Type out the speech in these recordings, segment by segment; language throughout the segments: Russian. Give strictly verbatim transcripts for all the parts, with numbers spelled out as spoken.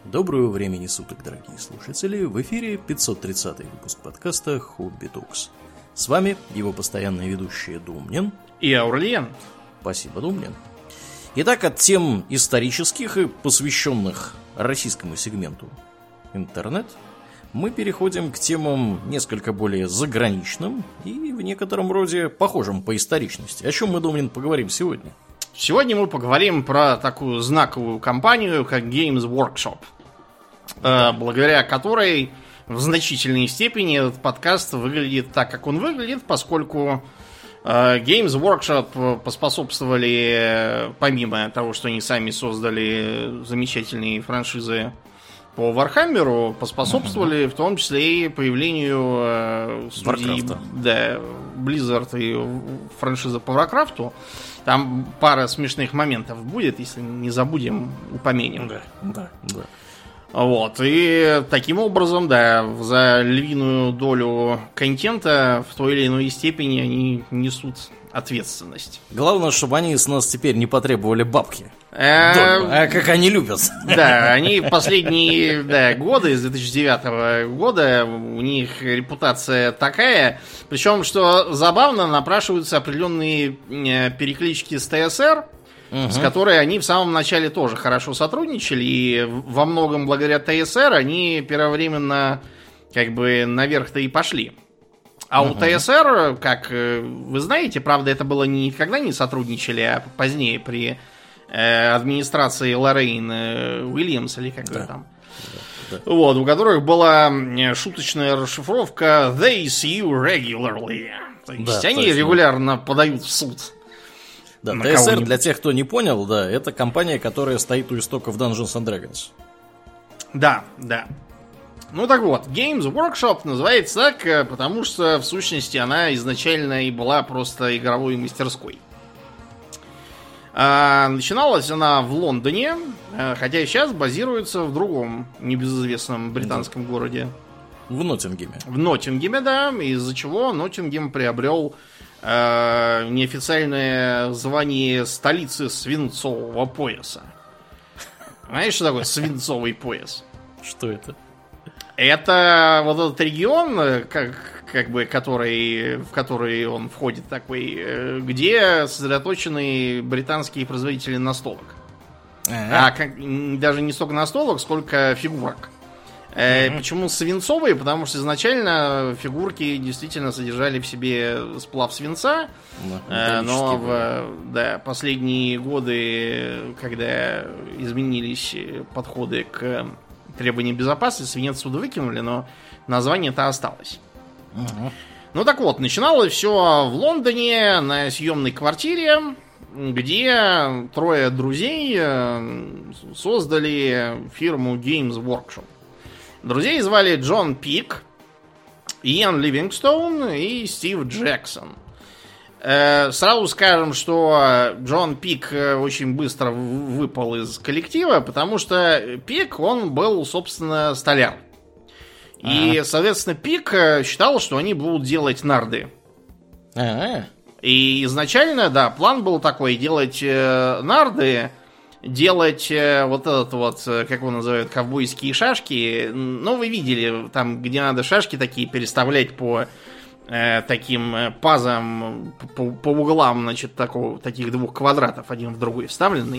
Доброго времени суток, дорогие слушатели! В эфире пятьсот тридцатый выпуск подкаста Хобби Токс. С вами его постоянные ведущие Думнин и Аурлиен. Спасибо, Думнин. Итак, от тем исторических и посвященных российскому сегменту интернет, мы переходим к темам несколько более заграничным и в некотором роде похожим по историчности. О чем мы, Думнин, поговорим сегодня? Сегодня мы поговорим про такую знаковую компанию, как Games Workshop, да. благодаря которой в значительной степени этот подкаст выглядит так, как он выглядит, поскольку Games Workshop поспособствовали, помимо того, что они сами создали замечательные франшизы по Вархаммеру, поспособствовали uh-huh. в том числе и появлению студии да, Blizzard и франшизы по Warcraft'у. Там пара смешных моментов будет, если не забудем, упомянем. Да, да, да. Вот, и таким образом, да, за львиную долю контента в той или иной степени они несут ответственность. Главное, чтобы они с нас теперь не потребовали бабки. А как они любят. Да, они последние да, годы, с две тысячи девятого года, у них репутация такая. Причем, что забавно, напрашиваются определенные переклички с ТСР, угу. с которой они в самом начале тоже хорошо сотрудничали. И во многом благодаря ТСР они первовременно как бы наверх-то и пошли. А угу. у ТСР, как вы знаете, правда, это было никогда не сотрудничали, а позднее при э, администрации Лоррейн э, Уильямс, или как да. там. Да, да. Вот, у которых была шуточная расшифровка They sue regularly. То есть да, они точно. регулярно подают в суд. Да, ТСР, для тех, кто не понял, да, это компания, которая стоит у истоков Dungeons and Dragons. Да, да. Ну так вот, Games Workshop называется так, потому что в сущности она изначально и была просто игровой мастерской. А, начиналась она в Лондоне, хотя сейчас базируется в другом небезызвестном британском да. городе. В Ноттингеме. В Ноттингеме, да, из-за чего Ноттингем приобрел э, неофициальное звание столицы свинцового пояса. Знаешь, что такое свинцовый пояс? Что это? Это вот этот регион, как, как бы, который, в который он входит такой, где сосредоточены британские производители настолок. А, а как, даже не столько настолок, сколько фигурок. Mm-hmm. Почему свинцовые? Потому что изначально фигурки действительно содержали в себе сплав свинца. Mm-hmm. Но в да, последние годы, когда изменились подходы к требования безопасности, свинец сюда выкинули, но название-то осталось. Uh-huh. Ну так вот, начиналось все в Лондоне на съемной квартире, где трое друзей создали фирму Games Workshop. Друзей звали Джон Пик, Иэн Ливингстоун и Стив Джексон. Сразу скажем, что Джон Пик очень быстро выпал из коллектива, потому что Пик, он был, собственно, столяр. А-а-а. И, соответственно, Пик считал, что они будут делать нарды. А-а-а. И изначально, да, план был такой, делать э, нарды, делать э, вот этот вот, как его называют, ковбойские шашки. Ну, вы видели, там, где надо шашки такие переставлять по... таким пазом по, по углам, значит, такого, таких двух квадратов, один в другой вставленный.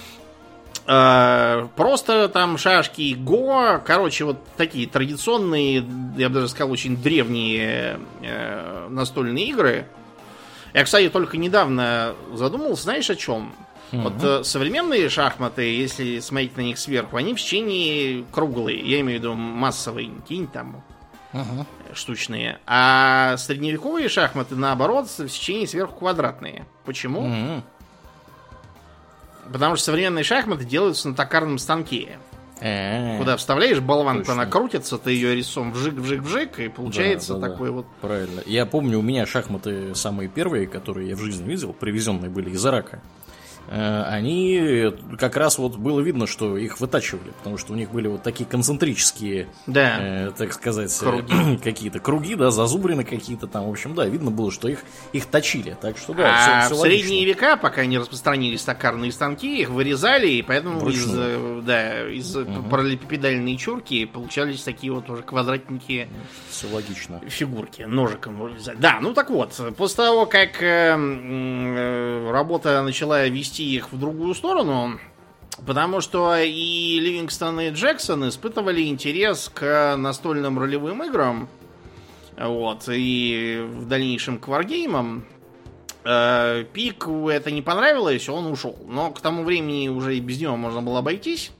Просто там шашки го, короче, вот такие традиционные, я бы даже сказал, очень древние настольные игры. Я, кстати, только недавно задумался, знаешь, о чем? Угу. Вот современные шахматы, если смотреть на них сверху, они в сечении круглые, я имею в виду массовые, какие-нибудь там Uh-huh. штучные. А средневековые шахматы, наоборот, в сечении сверху квадратные. Почему? Uh-huh. Потому что современные шахматы делаются на токарном станке. Uh-huh. Куда вставляешь болванку, она крутится, ты ее резцом вжик-вжик-вжик, и получается да, да, такой да. вот... Правильно. Я помню, у меня шахматы самые первые, которые я в жизни видел, привезенные были из Ирака. они как раз вот было видно, что их вытачивали, потому что у них были вот такие концентрические, да. э, так сказать, круги. какие-то круги, да, зазубрины какие-то там, в общем, да, видно было, что их, их точили, так что да, а все, все в логично. средние века, пока не распространились токарные станки, их вырезали, и поэтому из, да, из угу. параллелепипедальной чурки получались такие вот уже квадратненькие все логично. Фигурки, ножиком вырезали. Да, ну так вот, после того, как э, э, работа начала вести их в другую сторону, потому что и Ливингстон, и Джексон испытывали интерес к настольным ролевым играм, вот, и в дальнейшем к варгеймам. Э, Пику это не понравилось, он ушел. Но к тому времени уже и без него можно было обойтись,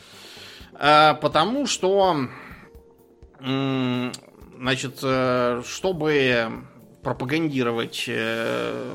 э, потому что, э, значит, э, чтобы пропагандировать э,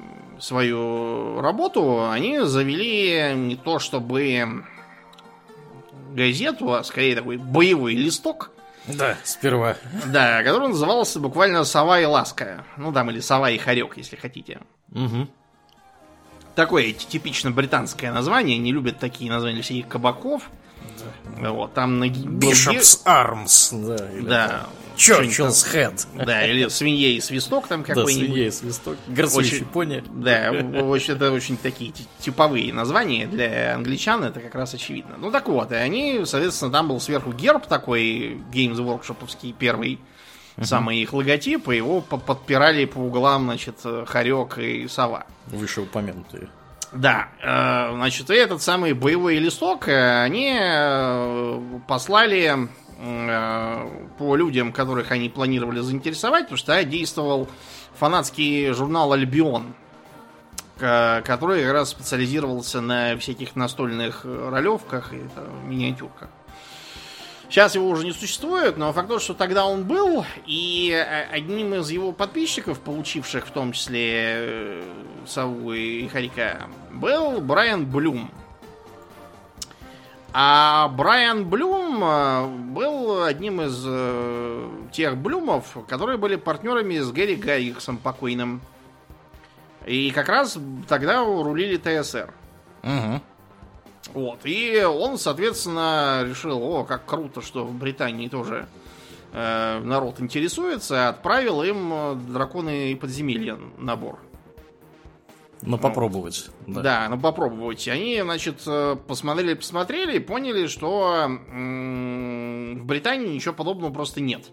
свою работу, они завели не то чтобы газету, а скорее такой боевой листок. Да, сперва. Да, который назывался буквально «Сова и ласка». Ну, там, или «Сова и хорек», если хотите. Угу. Такое типично британское название. Не любят такие названия всяких кабаков. Да. Вот, там на... Bishop's Arms. Да. Да. Churchill's Head. Да, или свинья и свисток там какой-нибудь. Да, свинья и свисток. Горцующий пони. Да, очень, это очень такие типовые названия для англичан, это как раз очевидно. Ну так вот, и они, соответственно, там был сверху герб такой, Games Workshop'овский первый, uh-huh. самый их логотип, и его подпирали по углам, значит, хорек и сова. Вышеупомянутые. Да, значит, и этот самый боевой листок они послали по людям, которых они планировали заинтересовать, потому что действовал фанатский журнал «Альбион», который как раз специализировался на всяких настольных ролевках и там, миниатюрках. Сейчас его уже не существует, но факт то, что тогда он был, и одним из его подписчиков, получивших в том числе сову и хорька, был Брайан Блюм. А Брайан Блюм был одним из э, тех Блюмов, которые были партнерами с Гэри Гайгексом покойным. И как раз тогда рулили ТСР. Угу. Вот. И он, соответственно, решил, о, как круто, что в Британии тоже э, народ интересуется, отправил им «Драконы и подземелья» набор. Ну, попробовать. Да. да, ну попробовать. Они, значит, посмотрели, посмотрели и поняли, что м- в Британии ничего подобного просто нет.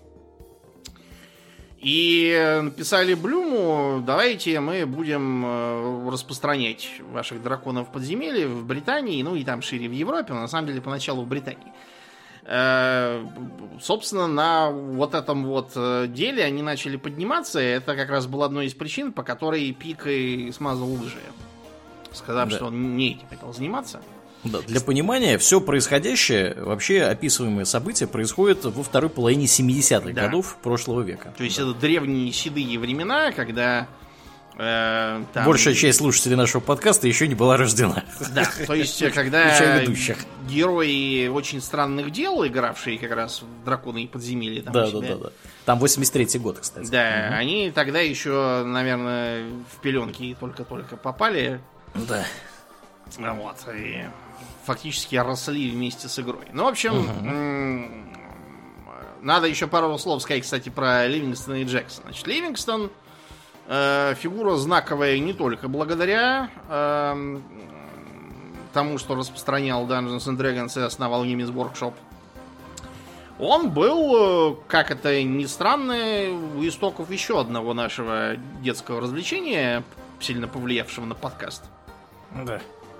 И написали Блюму, давайте мы будем распространять ваших драконов подземелья в Британии, ну и там шире в Европе, но на самом деле поначалу в Британии. Собственно, на вот этом вот деле они начали подниматься. Это как раз было одной из причин, по которой Пик и смазал лыжи, сказав, да. что он не этим хотел заниматься. Да, для понимания, все происходящее, вообще описываемые события происходят во второй половине семидесятых да. годов прошлого века. То есть да. это древние седые времена, когда э, там... большая часть слушателей нашего подкаста еще не была рождена. Да, то есть когда герои очень странных дел, игравшие как раз в «Драконы и подземелья», там, да, да, да, да. Там восемьдесят третий год, кстати. Да, угу. они тогда еще, наверное, в пеленки только-только попали. Да. Вот, и фактически росли вместе с игрой. Ну, в общем, uh-huh. надо еще пару слов сказать, кстати, про Ливингстона и Джексона. Значит, Ливингстон э, фигура знаковая не только благодаря э, тому, что распространял Dungeons and Dragons и основал Games Workshop. Он был, как это ни странно, у истоков еще одного нашего детского развлечения, сильно повлиявшего на подкаст. Да.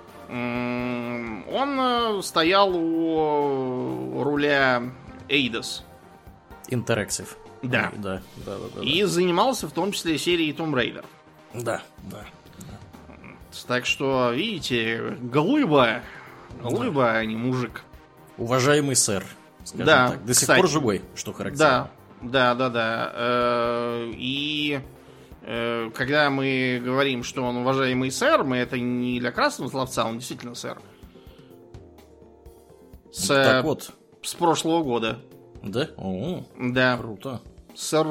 Он стоял у руля Eidos. Interactive. Да. Да, да, да, да. И да. занимался в том числе серией Tomb Raider. Да, да. да. Так что, видите, глыба. Глыба, да. а не мужик. Уважаемый сэр, скажем да, так. До кстати, сих пор живой, что характерно. Да, да, да, да. И... когда мы говорим, что он уважаемый сэр, мы это не для красного словца, он действительно сэр. С, так вот. С прошлого года. Да? О, да. Круто.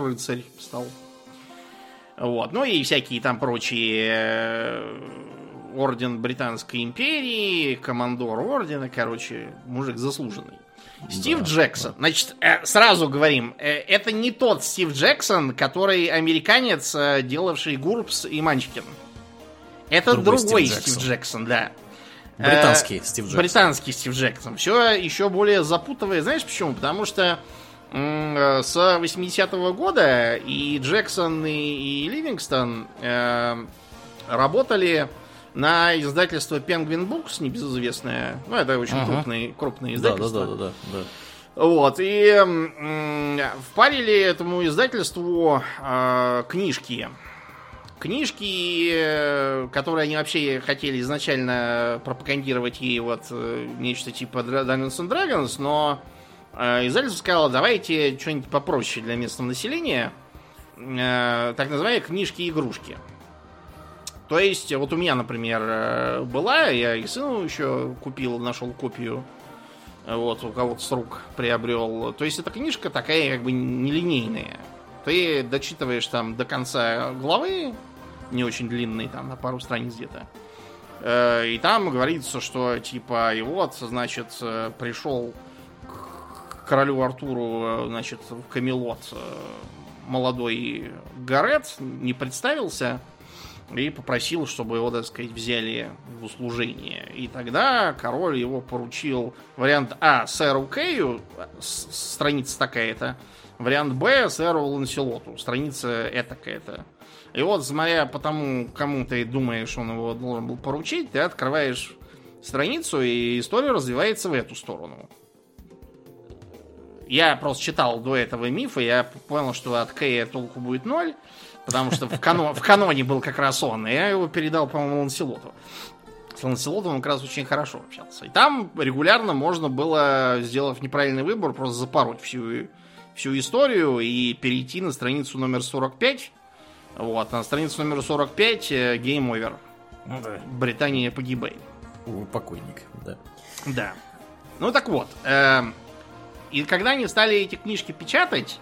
Сэр-рыцарь стал. Вот. Ну и всякие там прочие орден Британской империи, командор ордена, короче, мужик заслуженный. Стив да, Джексон. Да. Значит, э, сразу говорим, э, это не тот Стив Джексон, который американец, э, делавший Гурбс и Манчкин. Это другой, другой Стив, Стив Джексон. Джексон, да. Британский э, Стив Джексон. Британский Стив Джексон. Все еще более запутывает. Знаешь почему? Потому что э, с восьмидесятого года и Джексон, и, и Ливингстон э, работали на издательство Penguin Books, небезызвестное. Ну, это очень ага. крупное, крупное издательство. Да, да, да, да, да. Вот. И м- впарили этому издательству э, книжки. Книжки, которые они вообще хотели изначально пропагандировать ей вот нечто типа Dungeons and Dragons, но э, издательство сказало, давайте что-нибудь попроще для местного населения. Э, так называемые книжки-игрушки. То есть, вот у меня, например, была, я и сыну еще купил, нашел копию, вот, у кого-то с рук приобрел. То есть, эта книжка такая, как бы, нелинейная. Ты дочитываешь там до конца главы, не очень длинной, там, на пару страниц где-то. И там говорится, что, типа, и вот, значит, пришел к королю Артуру, значит, в Камелот молодой Гарет, не представился, и попросил, чтобы его, так сказать, взяли в услужение. И тогда король его поручил вариант А сэру Кэю, страница такая-то, вариант Б сэру Ланселоту, страница этакая-то. И вот, смотря по тому, кому ты думаешь, он его должен был поручить, ты открываешь страницу, и история развивается в эту сторону. Я просто читал до этого мифа, я понял, что от Кэя толку будет ноль, потому что в, кано, в каноне был как раз он, и я его передал, по-моему, Ланселоту. С Ланселотом он как раз очень хорошо общался. И там регулярно можно было, сделав неправильный выбор, просто запороть всю, всю историю и перейти на страницу номер сорок пять. Вот, на страницу номер сорок пять Game Over. Ну, да. Британия погибает. Покойник, да. Да. Ну так вот. Э, и когда они стали эти книжки печатать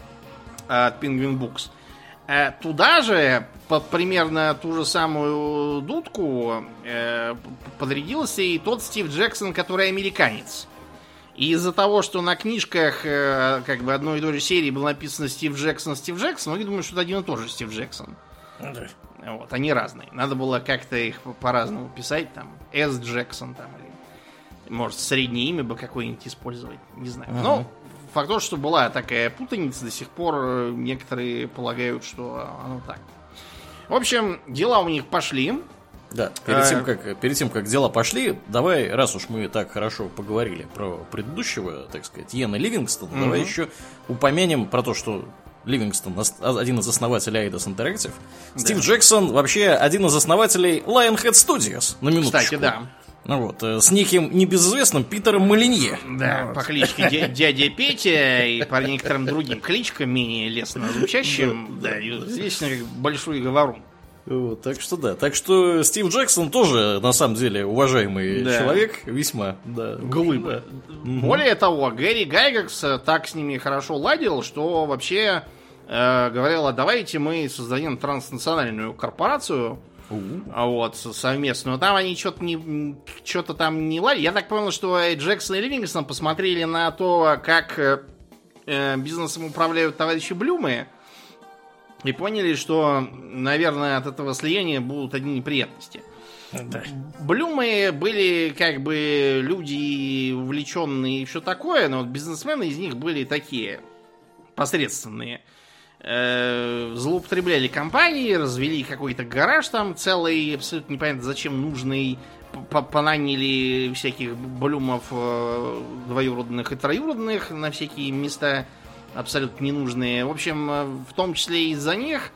от Penguin Books, э, туда же, под примерно ту же самую дудку, э, подрядился и тот Стив Джексон, который американец. И из-за того, что на книжках э, как бы одной и той же серии было написано Стив Джексон, Стив Джексон, многие думают, что это один и тот же Стив Джексон. Да. Вот, они разные. Надо было как-то их по-разному писать, там, С. Джексон, там, или, может, среднее имя бы какое-нибудь использовать, не знаю. Uh-huh. Но факт то, что была такая путаница, до сих пор некоторые полагают, что оно так. В общем, дела у них пошли. Да, перед тем, как, перед тем, как дела пошли, давай, раз уж мы так хорошо поговорили про предыдущего, так сказать, Иэна Ливингстона, mm-hmm. давай еще упомянем про то, что Ливингстон один из основателей Eidos Interactive. Да. Стив Джексон вообще один из основателей Lionhead Studios, на минуточку. Кстати, да. Ну вот, с неким небезызвестным Питером Молинье. Да, вот. По кличке дя- дядя Петя и по некоторым другим кличкам, менее лестно звучащим. Да, и здесь большой говорун. Вот, так что да. Так что Стив Джексон тоже, на самом деле, уважаемый да. человек, весьма, да. Глыба. Более того, Гэри Гайгакс так с ними хорошо ладил, что вообще э, говорил, давайте мы создадим транснациональную корпорацию, uh-huh. вот, совместную. Там они что-то не, что-то там не ладили. Я так понял, что Джексон и Ливингстон посмотрели на то, как э, бизнесом управляют товарищи Блюмы, и поняли, что, наверное, от этого слияния будут одни неприятности. Да. Блюмы были как бы люди увлеченные и все такое, но вот бизнесмены из них были такие посредственные. Э, злоупотребляли компании, развели какой-то гараж там целый, абсолютно непонятно зачем нужный. Понаняли всяких блюмов двоюродных и троюродных на всякие места абсолютно ненужные. В общем, в том числе из-за них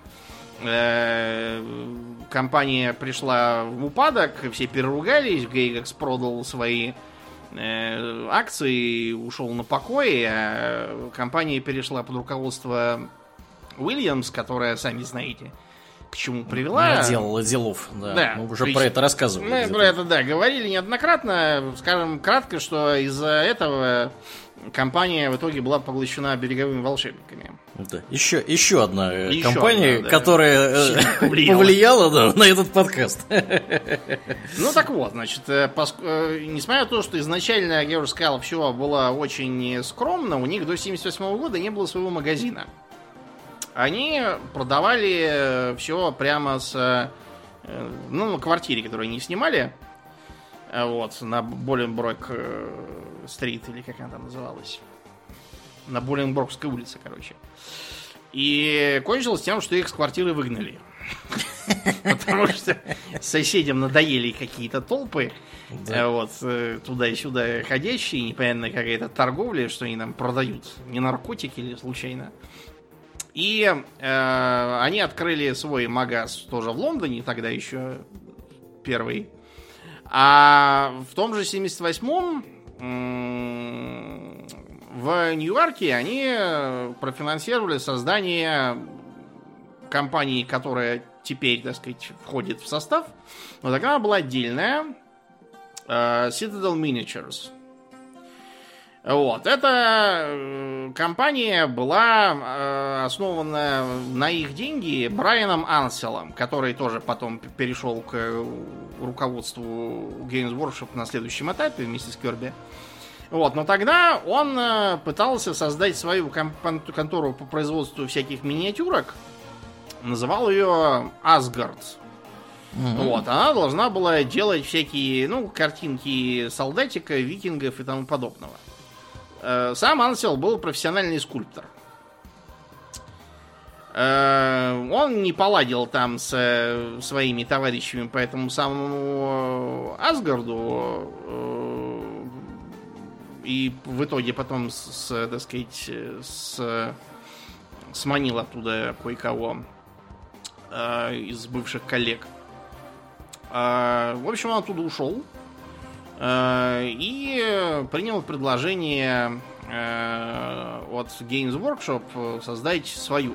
э, компания пришла в упадок, все переругались, Гейгакс продал свои э, акции, ушел на покой, а компания перешла под руководство Уильямс, которая, сами знаете, к чему привела. Наделала делов, да. Да. Мы уже про это рассказывали. Мы про это, да, говорили неоднократно. Скажем кратко, что из-за этого компания в итоге была поглощена береговыми волшебниками. Да. Еще, еще одна еще компания, одна, да. которая повлияла, повлияла да, на этот подкаст. Ну так вот, значит, поск... несмотря на то, что изначально, я уже сказал, все было очень скромно, у них до семьдесят восьмого года не было своего магазина. Они продавали все прямо с... Ну, на квартире, которую они снимали. Вот, на Боленброк-стрит, или как она там называлась. На Боленброкской улице, короче. И кончилось тем, что их с квартиры выгнали. Потому что соседям надоели какие-то толпы. Вот, туда и сюда ходящие. Непонятно какая-то торговля, что они нам продают. Не наркотики или случайно. И э, они открыли свой магаз тоже в Лондоне, тогда еще первый. А в том же семьдесят восьмом м- в Нью-Йорке они профинансировали создание компании, которая теперь, так сказать, входит в состав. Но тогда она была отдельная. э, Citadel Miniatures. Вот, эта компания была э, основана на их деньги Брайаном Анселом, который тоже потом перешел к руководству Games Workshop на следующем этапе вместе с Кёрби. Вот, но тогда он э, пытался создать свою комп- контору по производству всяких миниатюрок. Называл ее Asgard. Mm-hmm. Вот, она должна была делать всякие, ну, картинки солдатика, викингов и тому подобного. Сам Ансел был профессиональный скульптор. Он не поладил там с своими товарищами по этому самому Асгарду. И в итоге потом, с, так сказать, с, сманил оттуда кое-кого из бывших коллег. В общем, он оттуда ушел. И принял предложение от Games Workshop создать свою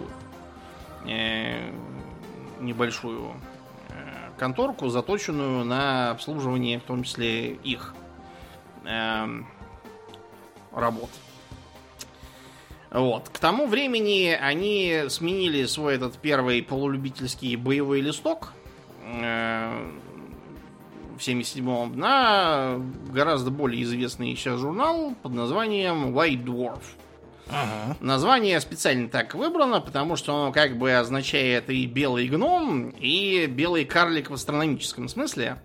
небольшую конторку, заточенную на обслуживание, в том числе, их работ. Вот. К тому времени они сменили свой этот первый полулюбительский боевой листок в семьдесят седьмом на гораздо более известный сейчас журнал под названием White Dwarf. Ага. Название специально так выбрано, потому что оно как бы означает и белый гном, и белый карлик в астрономическом смысле.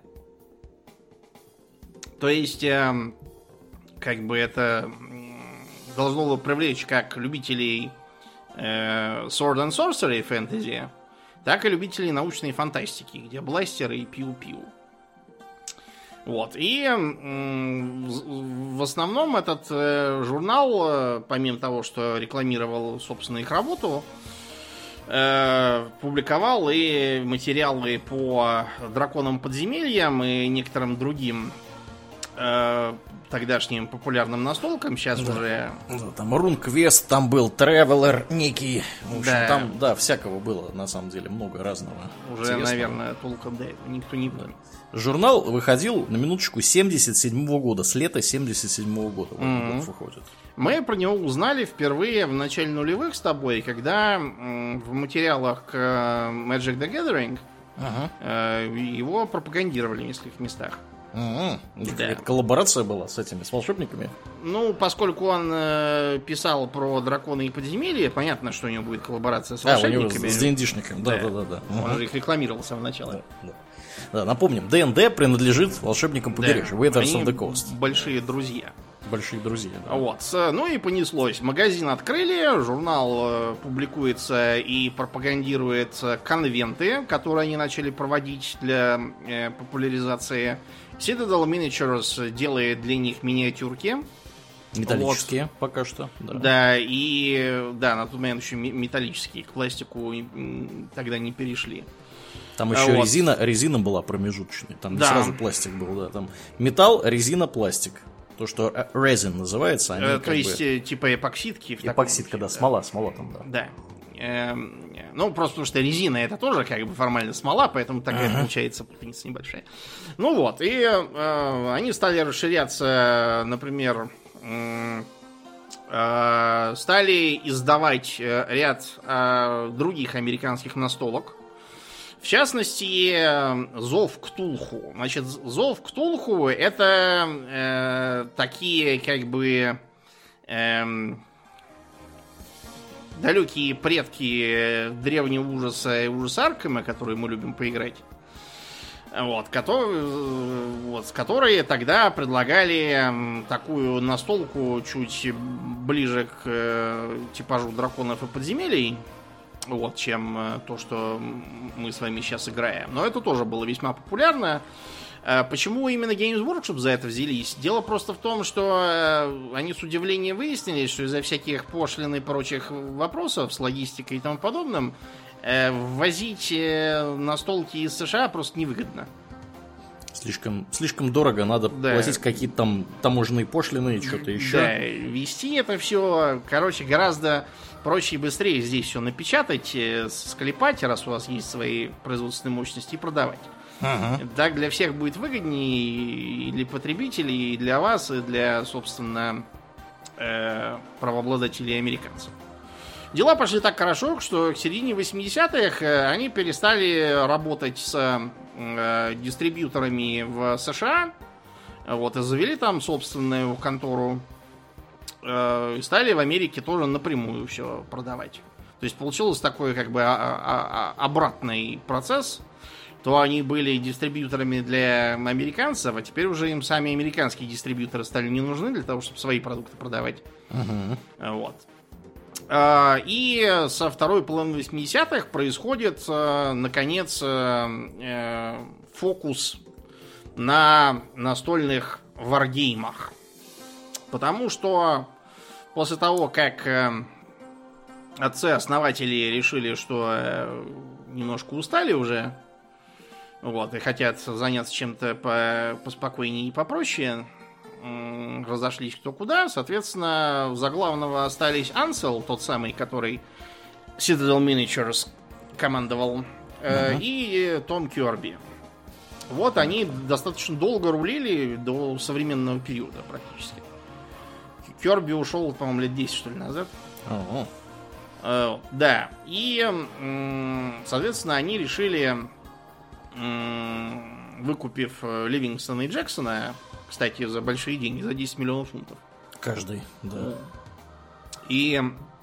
То есть, э, как бы это должно было привлечь как любителей э, Sword and Sorcery фэнтези, так и любителей научной фантастики, где бластеры и пиу-пиу. Вот. И м- в основном этот э, журнал, э, помимо того, что рекламировал, собственно, их работу, э, публиковал и материалы по драконам подземельям и некоторым другим э, тогдашним популярным настолкам. Сейчас да. уже... Да, там RuneQuest, там был Traveler некий. В общем, да. там, да, всякого было, на самом деле, много разного. Уже, интересного. наверное, толком, да, никто не помнит. Журнал выходил, на минуточку, семьдесят седьмого года. С лета семьдесят седьмого года mm-hmm. выходит. Мы про него узнали впервые в начале нулевых с тобой, когда м, в материалах к Magic the Gathering uh-huh. э, его пропагандировали в нескольких местах. Uh-huh. Да. Это коллаборация была с этими, с волшебниками? Ну, поскольку он э, писал про драконы и подземелья, понятно, что у него будет коллаборация с а, волшебниками. У него с ди энд ди-шниками, да, да, да, да. Он uh-huh. же их рекламировал с самого начала. Да, да. Да, напомним, ди энд ди принадлежит волшебникам побережья, да. Wizards of the Coast. Большие друзья. Большие друзья, да. Вот. Ну и понеслось. Магазин открыли, журнал э, публикуется и пропагандирует конвенты, которые они начали проводить для э, популяризации. Citadel Miniatures делает для них миниатюрки. Металлические вот. Пока что. Да. да, и да, на тот момент еще металлические. К пластику тогда не перешли. Там еще вот. резина, резина была промежуточной. Там не да. сразу пластик был, да. Там металл, резина, пластик. То, что resin называется. Они э, то есть, бы... типа эпоксидки. Эпоксидка, да, смола, смола там, да. Да. Э, ну, просто потому что резина это тоже как бы формально смола, поэтому такая uh-huh. получается путаница небольшая. Ну вот, и э, они стали расширяться, например, э, э, стали издавать ряд э, других американских настолок. В частности, Зов Ктулху. Значит, Зов Ктулху это э, такие как бы э, далекие предки древнего ужаса и ужаса Аркхема, которые мы любим поиграть. Вот, которые, вот, которые тогда предлагали такую настолку чуть ближе к э, типажу драконов и подземелий. Вот, чем то, что мы с вами сейчас играем. Но это тоже было весьма популярно. Почему именно Games Workshop за это взялись? Дело просто в том, что они с удивлением выяснили, что из-за всяких пошлин и прочих вопросов с логистикой и тому подобным ввозить настолки из США просто невыгодно. Слишком, слишком дорого, надо да. платить какие-то там таможенные пошлины и что-то еще. Да, вести это все, короче, гораздо проще и быстрее здесь все напечатать, склепать, раз у вас есть свои производственные мощности, и продавать. Ага. Так для всех будет выгоднее, и для потребителей, и для вас, и для, собственно, э, правообладателей американцев. Дела пошли так хорошо, что к середине восьмидесятых они перестали работать с э, дистрибьюторами в США, вот, и завели там собственную контору, э, и стали в Америке тоже напрямую все продавать. То есть получился такой как бы а- а- а- обратный процесс. То они были дистрибьюторами для американцев, а теперь уже им сами американские дистрибьюторы стали не нужны для того, чтобы свои продукты продавать. Uh-huh. Вот. И со второй половины восьмидесятых происходит, наконец, фокус на настольных варгеймах. Потому что после того, как отцы-основатели решили, что немножко устали уже, вот, и хотят заняться чем-то по- поспокойнее и попроще, м- разошлись кто куда. Соответственно, за главного остались Ансел, тот самый, который Citadel Miniatures командовал, э- uh-huh. и Том Кёрби. Вот они достаточно долго рулили до современного периода практически. Кёрби ушел, по-моему, лет десять, что ли, назад. Uh-huh. Э- да. И, м- соответственно, они решили, выкупив Ливингстона и Джексона, кстати, за большие деньги, за десять миллионов фунтов. Каждый, да. И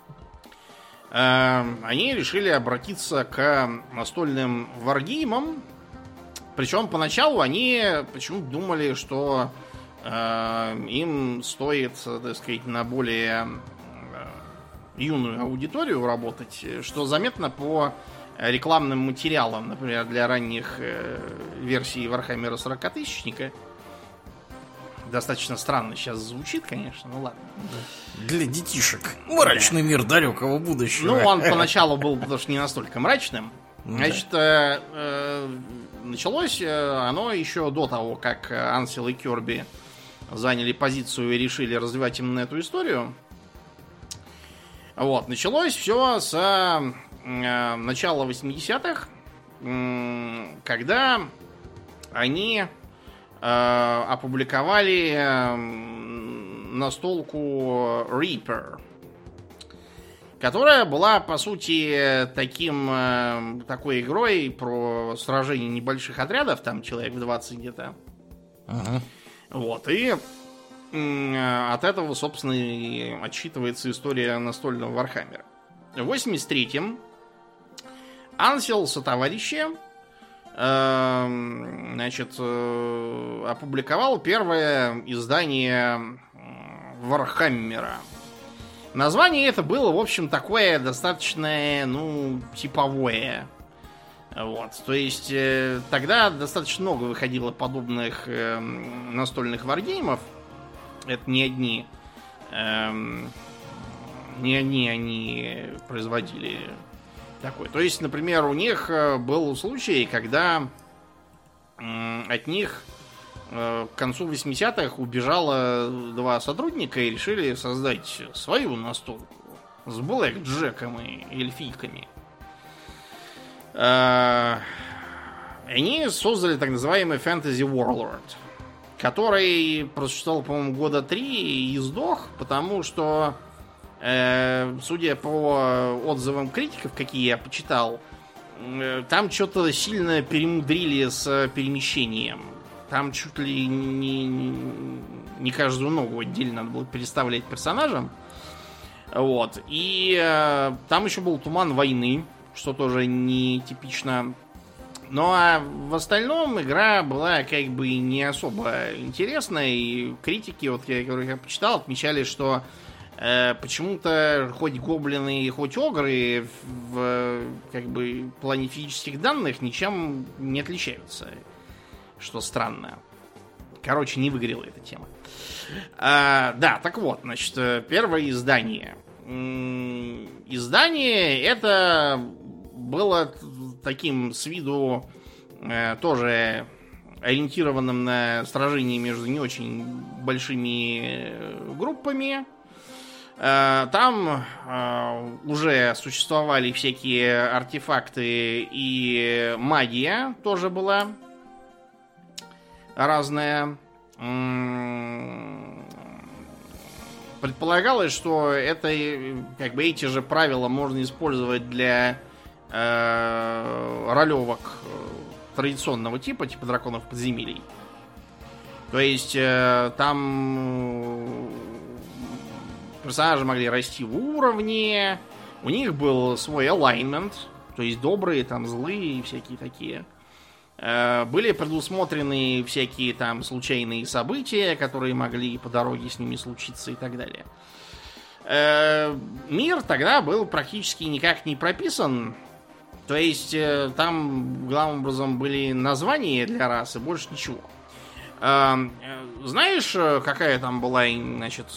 э, они решили обратиться к настольным варгеймам. Причем поначалу они почему-то думали, что э, им стоит, так сказать, на более э, юную аудиторию работать, что заметно по рекламным материалам, например, для ранних э, версий Вархаммера сорокатысячника. Достаточно странно сейчас звучит, конечно, ну ладно. Для детишек. Мрачный да. мир далекого будущего. Ну, он поначалу был, потому что не настолько мрачным. Значит, э, э, началось оно еще до того, как Ансел и Кёрби заняли позицию и решили развивать именно эту историю. Вот, началось все с начала восьмидесятых, когда они э, опубликовали э, настолку Reaper, которая была, по сути, таким, э, такой игрой про сражение небольших отрядов, там человек в двадцать где-то. Uh-huh. Вот, и э, от этого, собственно, и отсчитывается история настольного Вархаммера. В восемьдесят третьем Ансел сотоварищи э, значит, э, опубликовал первое издание Вархаммера. Название это было, в общем, такое достаточно, ну, типовое. Вот. То есть э, тогда достаточно много выходило подобных э, настольных варгеймов. Это не одни. Э, не одни они производили такой. То есть, например, у них был случай, когда от них к концу восьмидесятых убежало два сотрудника и решили создать свою настолку. с Блэк Джеком и эльфийками. Они создали так называемый Fantasy Warlord, который просуществовал, по-моему, года три и сдох, потому что, судя по отзывам критиков, какие я почитал, там что-то сильно перемудрили с перемещением. Там чуть ли не, не каждую ногу отдельно надо было переставлять персонажам. Вот. И э, там еще был Туман войны, что тоже не типично. Ну а в остальном игра была как бы не особо интересная. И критики, вот я, которых я почитал, отмечали, что э, почему-то хоть гоблины, хоть огры в как бы плане физических данных ничем не отличаются. Что странно. Короче, не выгорела эта тема. А, да, так вот, значит, первое издание. Издание это было таким с виду э, тоже ориентированным на сражения между не очень большими группами. Э, там э, уже существовали всякие артефакты, и магия тоже была разная. Предполагалось, что это как бы эти же правила можно использовать для э, ролевок традиционного типа, типа драконов подземелий. То есть э, там персонажи могли расти в уровне, у них был свой alignment, то есть добрые, там злые и всякие такие. Были предусмотрены всякие там случайные события, которые могли по дороге с ними случиться и так далее. Мир тогда был практически никак не прописан. То есть там главным образом были названия для рас и больше ничего. Знаешь, какая там была, значит,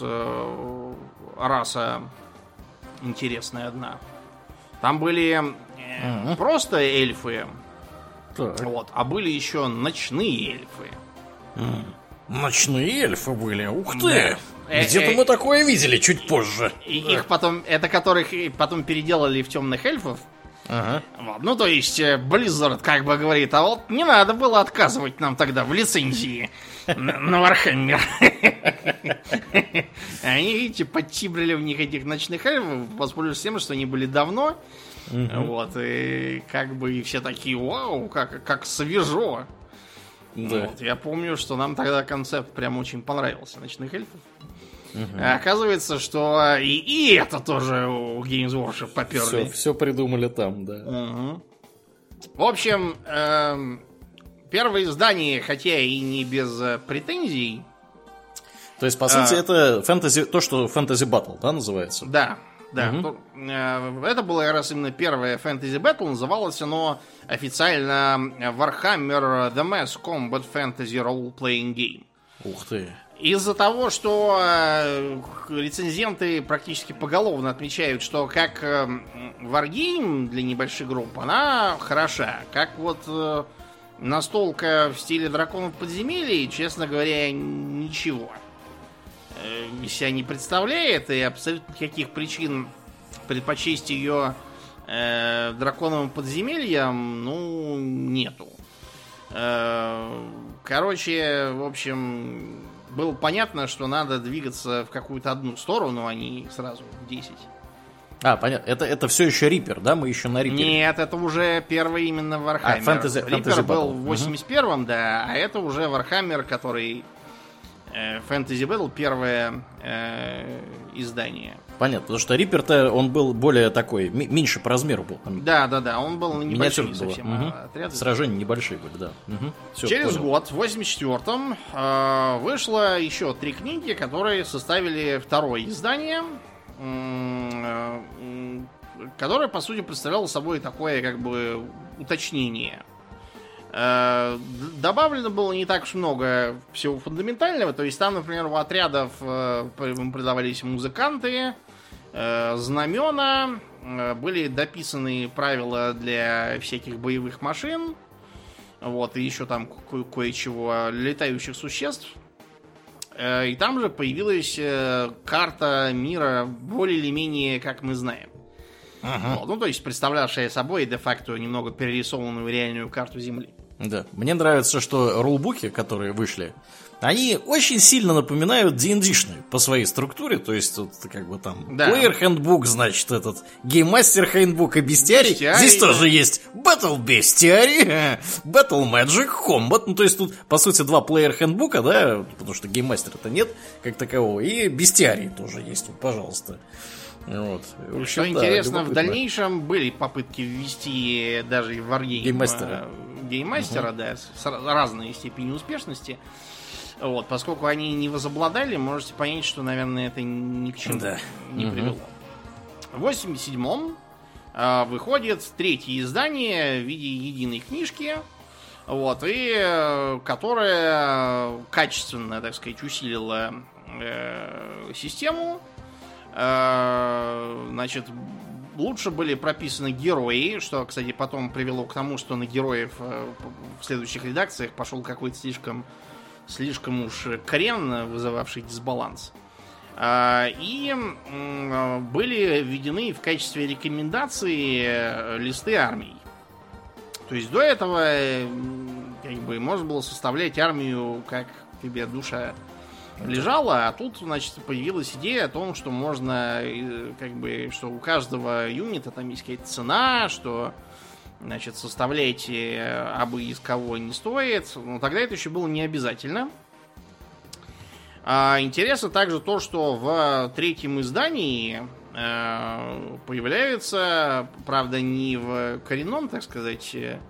раса интересная одна? Там были uh-huh. просто эльфы. Вот, а были еще ночные эльфы. Mm. Ночные эльфы были? Ух ты! Да. Где-то мы такое видели чуть позже. И, да. Их потом, это которых потом переделали в темных эльфов. Ага. Вот, ну, то есть, Blizzard как бы говорит, а вот не надо было отказывать нам тогда в лицензии на Warhammer. Они, видите, подтибрили в них этих ночных эльфов, воспользовались тем, что они были давно. Uh-huh. Вот, и как бы и все такие, вау, как, как свежо. Да. Вот, я помню, что нам тогда концепт прям очень понравился ночных эльфов. Uh-huh. А оказывается, что и, и это тоже у Games Workshop поперли. Все, все придумали там, да. Uh-huh. В общем, эм, первое издание, хотя и не без претензий. То есть, по сути, а... это фэнтези, то, что Fantasy Battle, да, называется? Да. Да, угу. uh-huh. Это было как раз именно первое Fantasy Battle. Называлось оно официально Warhammer The Mass Combat Fantasy Role Playing Game. Ух ты. Из-за того, что э, рецензенты практически поголовно отмечают, что как э, Wargame для небольших групп, она хороша. Как вот э, настолка в стиле драконов подземелий, честно говоря, ничего. Себя не представляет, и абсолютно никаких причин предпочесть ее э, драконовым подземельям, ну, нету. Э, короче, в общем, было понятно, что надо двигаться в какую-то одну сторону, а не сразу в десять. А, понятно. Это, это все еще Риппер, да? Мы еще на Риппере. Нет, это уже первый именно Warhammer. А, Fantasy, Риппер Fantasy был в восемьдесят первом, угу. Да, а это уже Warhammer, который... Fantasy Battle первое э, издание. Понятно, потому что Риппер-то он был более такой, м- меньше по размеру был. Да, да, да, он был небольшой совсем угу. отряд. Сражения небольшие были, да. Угу. Все, Через понял. год, в восемьдесят четвёртом, э, вышло еще три книги, которые составили второе издание, э, э, которое, по сути, представляло собой такое, как бы, уточнение. Добавлено было не так уж много всего фундаментального. То есть там, например, у отрядов продавались музыканты, знамена, были дописаны правила для всяких боевых машин, вот, и еще там ко- кое-чего, летающих существ. И там же появилась карта мира более или менее, как мы знаем. Uh-huh. Вот, ну, то есть, представлявшая собой де-факто немного перерисованную реальную карту Земли. Да. Мне нравится, что рулбуки, которые вышли, они очень сильно напоминают ди энд ди-шные по своей структуре. То есть, тут как бы там да. Player Handbook, значит, этот Game-Master Handbook и Bestiary. Bestiary Здесь да. тоже есть Battle Bestiary, Battle Magic, Combat. Ну, то есть, тут, по сути, два Player Handbook, да, потому что Game-Master-то нет как такового. И Bestiary тоже есть, вот, пожалуйста. Вот. В общем, что да, интересно, любопытно. В дальнейшем были попытки ввести даже в Wargame гейммастера, гейммастера, uh-huh. да, с разной степенью успешности. Вот, поскольку они не возобладали, можете понять, что, наверное, это ни к чему да. не uh-huh. привело. В восемьдесят седьмом э, выходит третье издание в виде единой книжки, вот, и э, которая качественно, так сказать, усилила э, систему. Значит, лучше были прописаны герои, что, кстати, потом привело к тому, что на героев в следующих редакциях пошел какой-то слишком, слишком уж крен, вызывавший дисбаланс. И были введены в качестве рекомендации листы армий. То есть до этого как бы можно было составлять армию, как тебе душа лежала, а тут, значит, появилась идея о том, что можно, как бы, что у каждого юнита там есть какая-то цена, что, значит, составлять абы из кого не стоит. Но тогда это еще было не обязательно. А интересно также то, что в третьем издании э, появляется, правда, не в коренном, так сказать, э,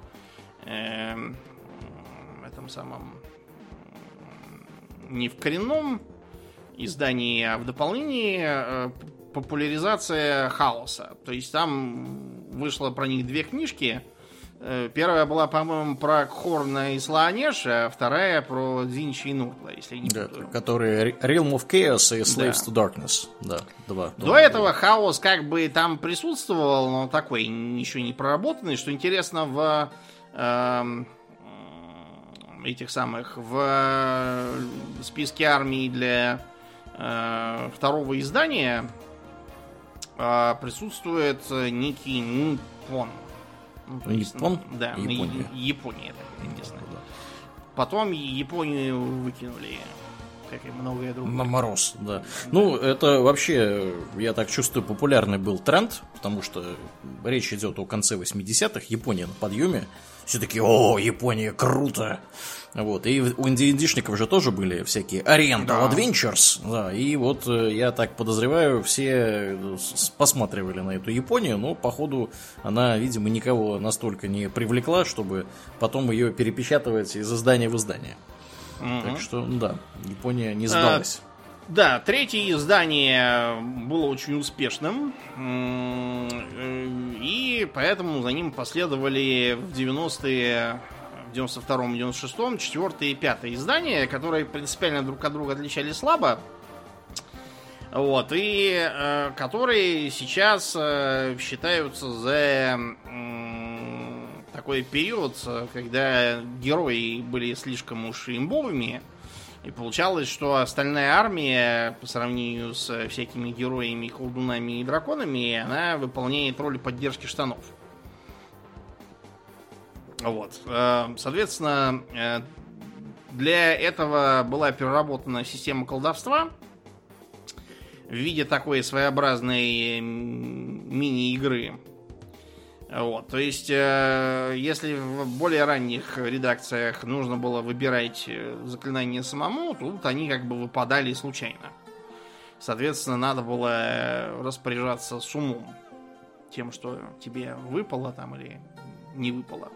этом самом не в коренном издании, а в дополнении э, популяризация хаоса. То есть там вышло про них две книжки. Э, первая была, по-моему, про Хорна и Слаанеша, а вторая про Дзинчи и Нуртла, если не да, путаю. Которые Realm of Chaos и Slaves да. to Darkness. Да, два. До этого было. Хаос как бы там присутствовал, но такой еще не проработанный. Что интересно, в... Э, этих самых в списке армий для э, второго издания э, присутствует некий Ниппон. Ну, Ниппон? Да, Япония. Япония, так единственное. Да. Потом Японию выкинули, как и многое другое. На мороз, да. да. Ну, это вообще, я так чувствую, популярный был тренд, потому что речь идет о конце восьмидесятых, Япония на подъеме. Все такие, о, Япония, круто! Вот. И у ди энд ди-шников же тоже были всякие Oriental да. Adventures. Да. И вот я так подозреваю, все посматривали на эту Японию, но походу она, видимо, никого настолько не привлекла, чтобы потом ее перепечатывать из издания в издание. Mm-hmm. Так что, да, Япония не сдалась. А, да, третье издание было очень успешным. И поэтому за ним последовали в девяностые, в девяносто втором, девяносто шестом, четвертое и пятое издания, которые принципиально друг от друга отличались слабо. Вот, и э, которые сейчас э, считаются за э, такой период, когда герои были слишком уж имбовыми. И получалось, что остальная армия, по сравнению с всякими героями, колдунами и драконами, она выполняет роль поддержки штанов. Вот. Соответственно, для этого была переработана система колдовства в виде такой своеобразной мини-игры. Вот, то есть, э, если в более ранних редакциях нужно было выбирать заклинания самому, тут они как бы выпадали случайно. Соответственно, надо было распоряжаться с умом тем, что тебе выпало там или не выпало.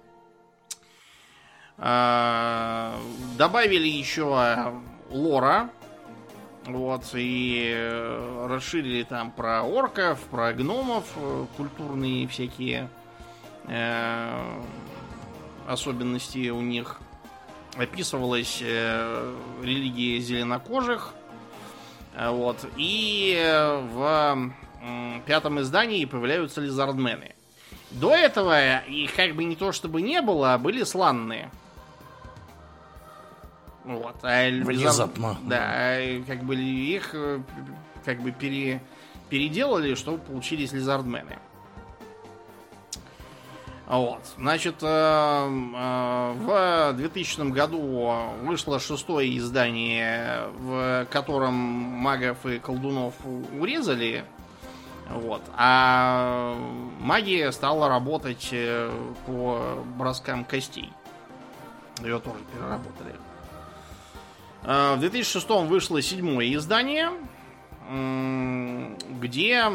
Э, добавили еще лора. Вот, и расширили там про орков, про гномов, культурные всякие э, особенности у них. Описывалась э, религия зеленокожих. Вот, и в э, пятом издании появляются лизардмены. До этого их как бы не то чтобы не было, а были сланные. Вот. А Внезапно. Lizard, да, а как бы их как бы пере, переделали, чтобы получились лизардмены. Вот. Значит, в двухтысячном году вышло шестое издание, в котором магов и колдунов урезали. Вот. А магия стала работать по броскам костей. Ее тоже переработали. В две тысячи шестом вышло седьмое издание, где...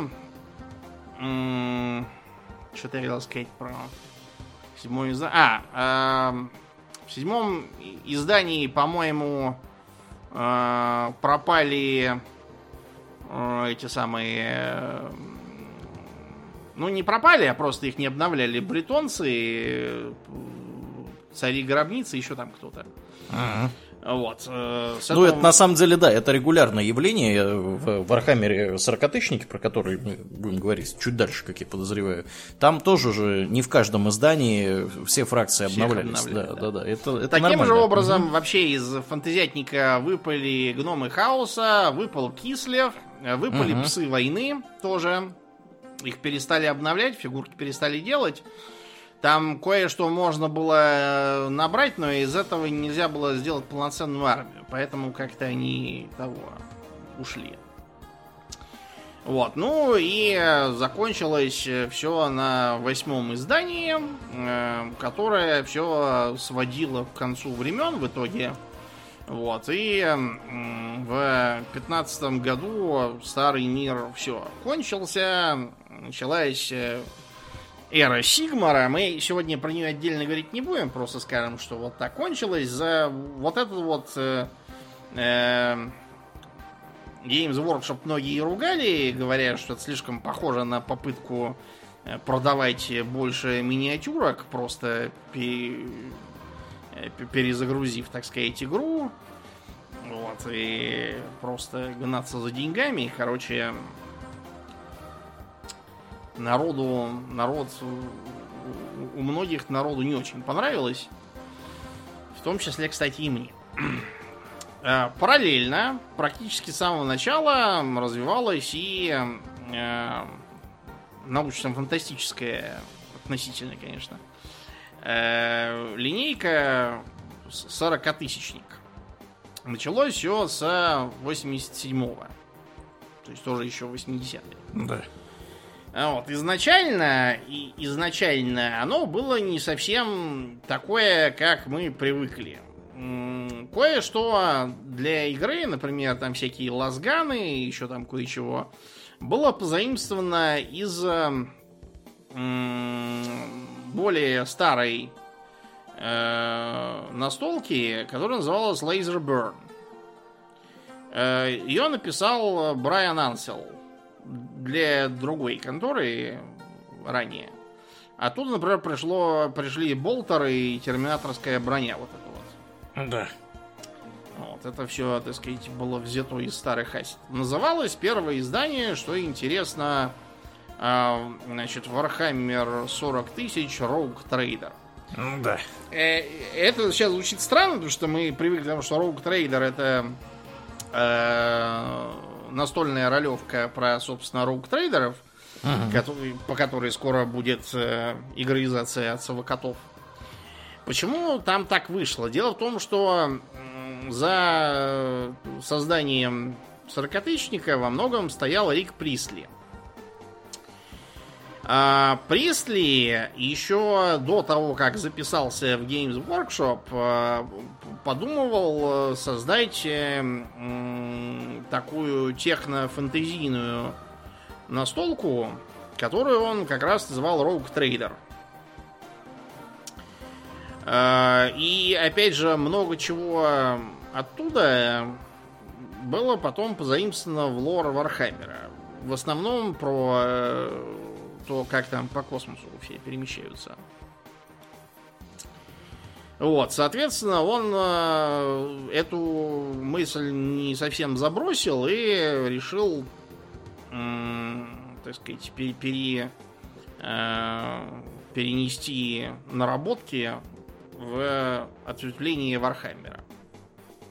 Что-то я хотел сказать про седьмое издание. А, э, в седьмом издании, по-моему, э, пропали э, эти самые... Э, ну, не пропали, а просто их не обновляли бретонцы, э, цари-гробницы, еще там кто-то. Ага. Вот. Э, ну, этого... это на самом деле, да, это регулярное явление в Вархаммере сорокатысячники, про которые мы будем говорить чуть дальше, как я подозреваю. Там тоже же не в каждом издании все фракции Всех обновлялись. Да, да, да, да. Это, это Таким нормально. же образом, угу. вообще из фантазиатника выпали гномы хаоса, выпал Кислев, выпали угу. псы войны тоже. Их перестали обновлять, фигурки перестали делать. Там кое-что можно было набрать, но из этого нельзя было сделать полноценную армию. Поэтому как-то они того ушли. Вот. Ну и закончилось все на восьмом издании, которое все сводило к концу времен в итоге. Вот. И в пятнадцатом году старый мир все кончился. Началась эра Сигмара. Мы сегодня про нее отдельно говорить не будем, просто скажем, что вот так кончилось. За вот этот вот э, э, Games Workshop многие ругали, говоря, что это слишком похоже на попытку продавать больше миниатюрок, просто пе- перезагрузив, так сказать, игру. Вот, и просто гнаться за деньгами. Короче, Народу, народ, у многих народу не очень понравилось. В том числе, кстати, и мне. Параллельно, практически с самого начала, развивалась и э, научно-фантастическая, относительно, конечно, э, линейка сорокатысячник. Началось все с восемьдесят седьмого. То есть тоже еще восьмидесятые. Да. Вот. Изначально, и, изначально оно было не совсем такое, как мы привыкли. Кое-что для игры, например, там всякие лазганы, еще там кое-чего, было позаимствовано из м- более старой э- настолки, которая называлась Laser Burn. Э- ее написал Брайан Ансел для другой конторы ранее. Оттуда, например, пришло, пришли болтеры и терминаторская броня. Вот это вот. Да. Вот, это все, так сказать, было взято из старых асет. Называлось первое издание, что интересно, э, значит, Warhammer сорок тысяч Rogue Trader. Да. Э, это сейчас звучит странно, потому что мы привыкли к тому, что Rogue Trader это э, настольная ролевка про, собственно, роуг-трейдеров, uh-huh. который, по которой скоро будет э, игроизация от совокотов. Почему там так вышло? Дело в том, что э, за созданием сорокатысячника во многом стоял Рик Присли. А Присли еще до того, как записался в Games Workshop, подумывал создать такую техно-фэнтезийную настолку, которую он как раз называл Rogue Trader. И опять же, много чего оттуда было потом позаимствовано в лор Вархаммера. В основном про то, как там по космосу все перемещаются. Вот, соответственно, он э, эту мысль не совсем забросил и решил, э, так сказать, пере, пере, э, перенести наработки в ответвление Вархаммера.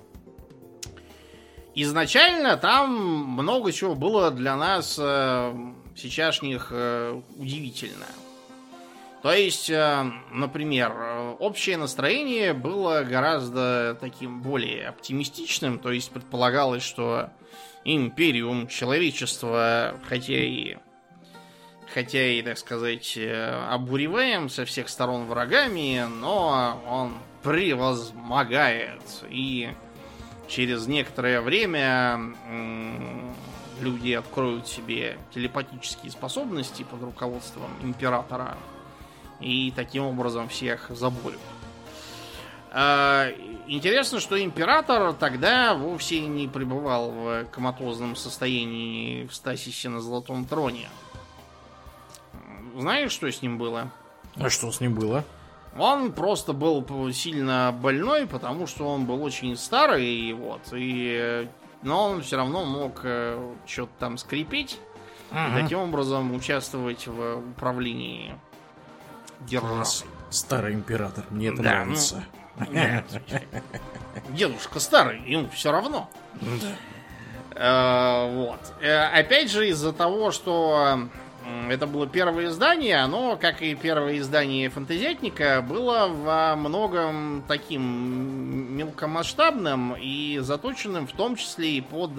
изначально там много чего было для нас э, сейчасшних э, удивительно. То есть, э, например, общее настроение было гораздо таким более оптимистичным. То есть предполагалось, что империум человечества, хотя и, хотя и, так сказать, обуреваем со всех сторон врагами, но он превозмогает. И через некоторое время м- люди откроют себе телепатические способности под руководством императора и таким образом всех заборют. Интересно, что император тогда вовсе не пребывал в коматозном состоянии в стасисе на Золотом троне. Знаешь, что с ним было? А что с ним было? Он просто был сильно больной, потому что он был очень старый, вот, и, но он все равно мог что-то там скрипеть, ага. И таким образом участвовать в управлении державой. Старый император, мне это да, нравится. Ну, нет. Дедушка старый, ему все равно. Да. Э, вот. Э, опять же, из-за того, что это было первое издание, оно, как и первое издание Фантазиатника, было во многом таким мелкомасштабным и заточенным в том числе и под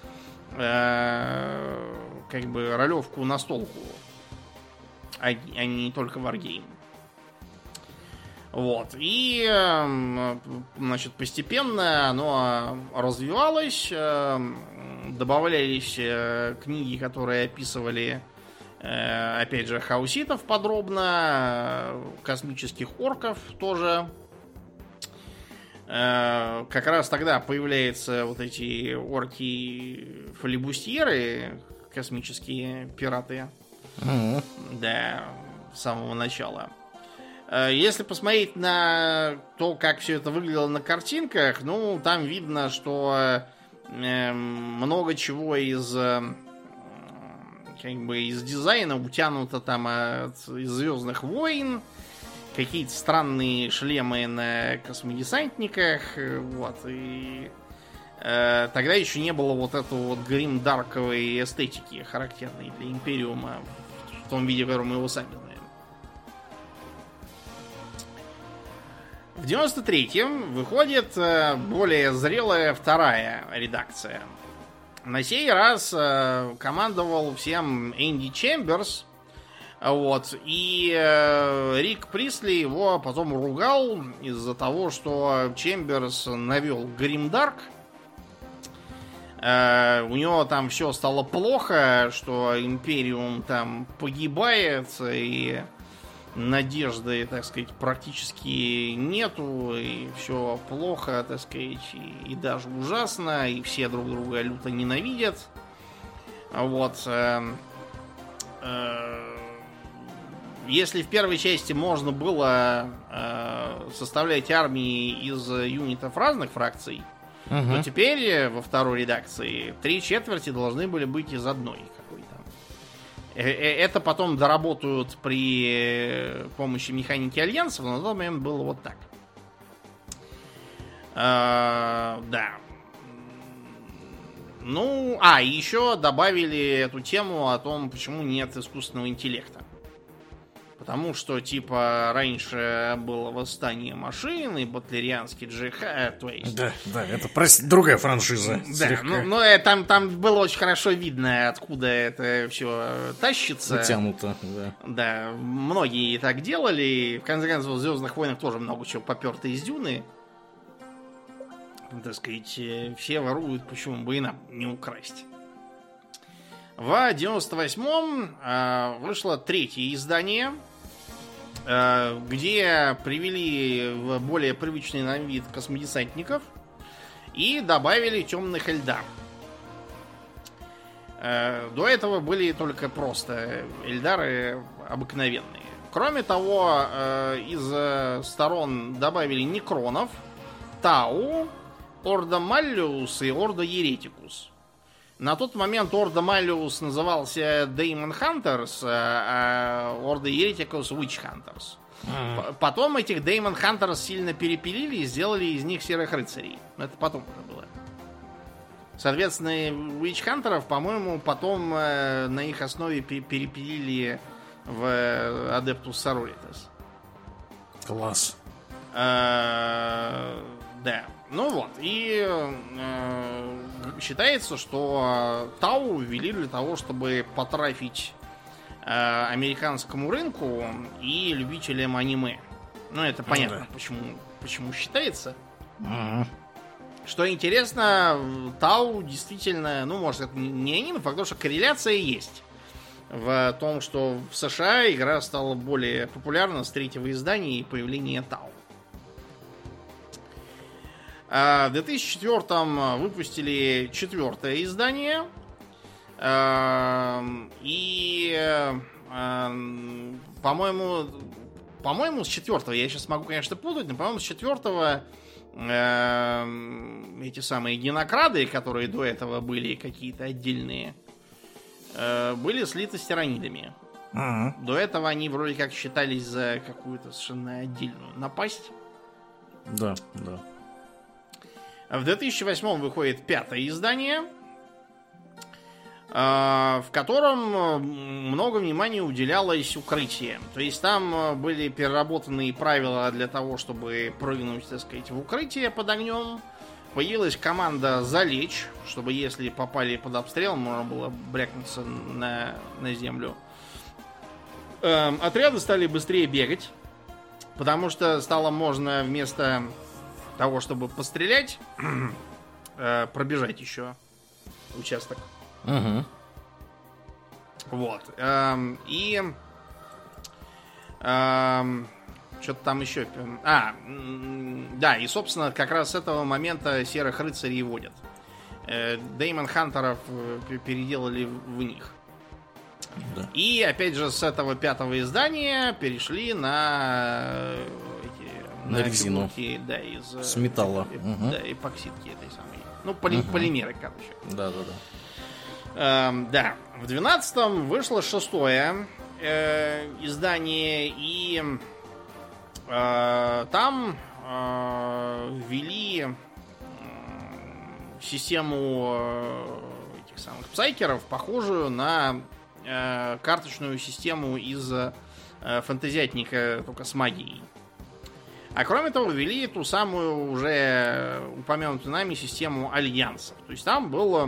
э, как бы ролевку настолку, а, а не только варгейм. Вот. И, значит, постепенно оно развивалось, добавлялись книги, которые описывали, опять же, хауситов подробно, космических орков тоже. Как раз тогда появляются вот эти орки-фалибустьеры, космические пираты. Mm-hmm. Да, с самого начала. Если посмотреть на то, как все это выглядело на картинках, ну, там видно, что э, много чего из, э, как бы из дизайна утянуто там от из Звездных войн, какие-то странные шлемы на космодесантниках, вот, и э, тогда еще не было вот этого вот гримдарковой эстетики, характерной для Империума, в том виде, в котором мы его сами знаем. В девяносто третьем выходит более зрелая вторая редакция. На сей раз командовал всем Энди Чемберс. Вот, и Рик Присли его потом ругал из-за того, что Чемберс навел гримдарк. У него там все стало плохо, что Империум там погибает, и надежды, так сказать, практически нету, и все плохо, так сказать, и, и даже ужасно, и все друг друга люто ненавидят. Вот. Э, э, если в первой части можно было э, составлять армии из юнитов разных фракций, угу. то теперь во второй редакции три четверти должны были быть из одной какой-то. Это потом доработают при помощи механики альянсов, но на тот момент было вот так. А, да. Ну, а, еще добавили эту тему о том, почему нет искусственного интеллекта. Потому что, типа, раньше было восстание машин и батлерианский джихад, то есть... Да, да, это, прости, другая франшиза. Да, ну, ну там, там было очень хорошо видно, откуда это все тащится. Натянуто, да. Да, многие так делали. В конце концов, в «Звездных войнах» тоже много чего поперто из Дюны. Так сказать, все воруют, почему бы и нам не украсть. В девяносто восьмом э, вышло третье издание, э, где привели в более привычный нам вид космодесантников и добавили темных эльдар. Э, до этого были только просто эльдары обыкновенные. Кроме того, э, из сторон добавили некронов, Тау, Орда Маллиус и Орда Еретикус. На тот момент Орда Маллиус назывался Demon Hunters, а Орда Еретикус Witch Hunters. Mm-hmm. Потом этих Demon Hunters сильно перепилили и сделали из них серых рыцарей. Это потом это было. Соответственно, Witch-хантеров, по-моему, потом э, на их основе пе- перепилили в Adeptus Sororitas. Класс. Э, да. Ну вот. И э, считается, что Тау ввели для того, чтобы потрафить э, американскому рынку и любителям аниме. Ну, это понятно, да. почему, почему считается. Mm-hmm. Что интересно, Тау действительно, ну, может, это не аниме, факт, что корреляция есть в том, что в США игра стала более популярна с третьего издания и появления Тау. В две тысячи четвёртом выпустили четвертое издание. И, по-моему, по-моему, с четвертого, я сейчас могу, конечно, путать, но, по-моему, с четвертого эти самые генокрады, которые до этого были какие-то отдельные, были слиты с тиранидами. Uh-huh. До этого они вроде как считались за какую-то совершенно отдельную напасть. Да, да. В две тысячи восьмом выходит пятое издание, в котором много внимания уделялось укрытиям. То есть там были переработанные правила для того, чтобы прыгнуть, так сказать, в укрытие под огнем. Появилась команда залечь, чтобы если попали под обстрел, можно было брякнуться на, на землю. Отряды стали быстрее бегать, потому что стало можно вместо того, чтобы пострелять, пробежать еще участок. Угу. Вот. Эм, и эм, что-то там еще. А, да, и, собственно, как раз с этого момента серых рыцарей водят. Э, Деймон Хантеров переделали в них. Да. И, опять же, с этого пятого издания перешли на эти, на, на резину. Фигурки, да, из, с металла. Э, угу. Да, эпоксидки этой самой. Ну, поли, угу. полимеры, короче. Да, да, да. Эм, да, в двенадцатом вышло шестое э, издание, и э, там э, ввели э, систему э, этих самых псайкеров, похожую на э, карточную систему из э, фэнтезиатника, только с магией. А кроме того, ввели ту самую уже упомянутую нами систему альянсов. То есть там было...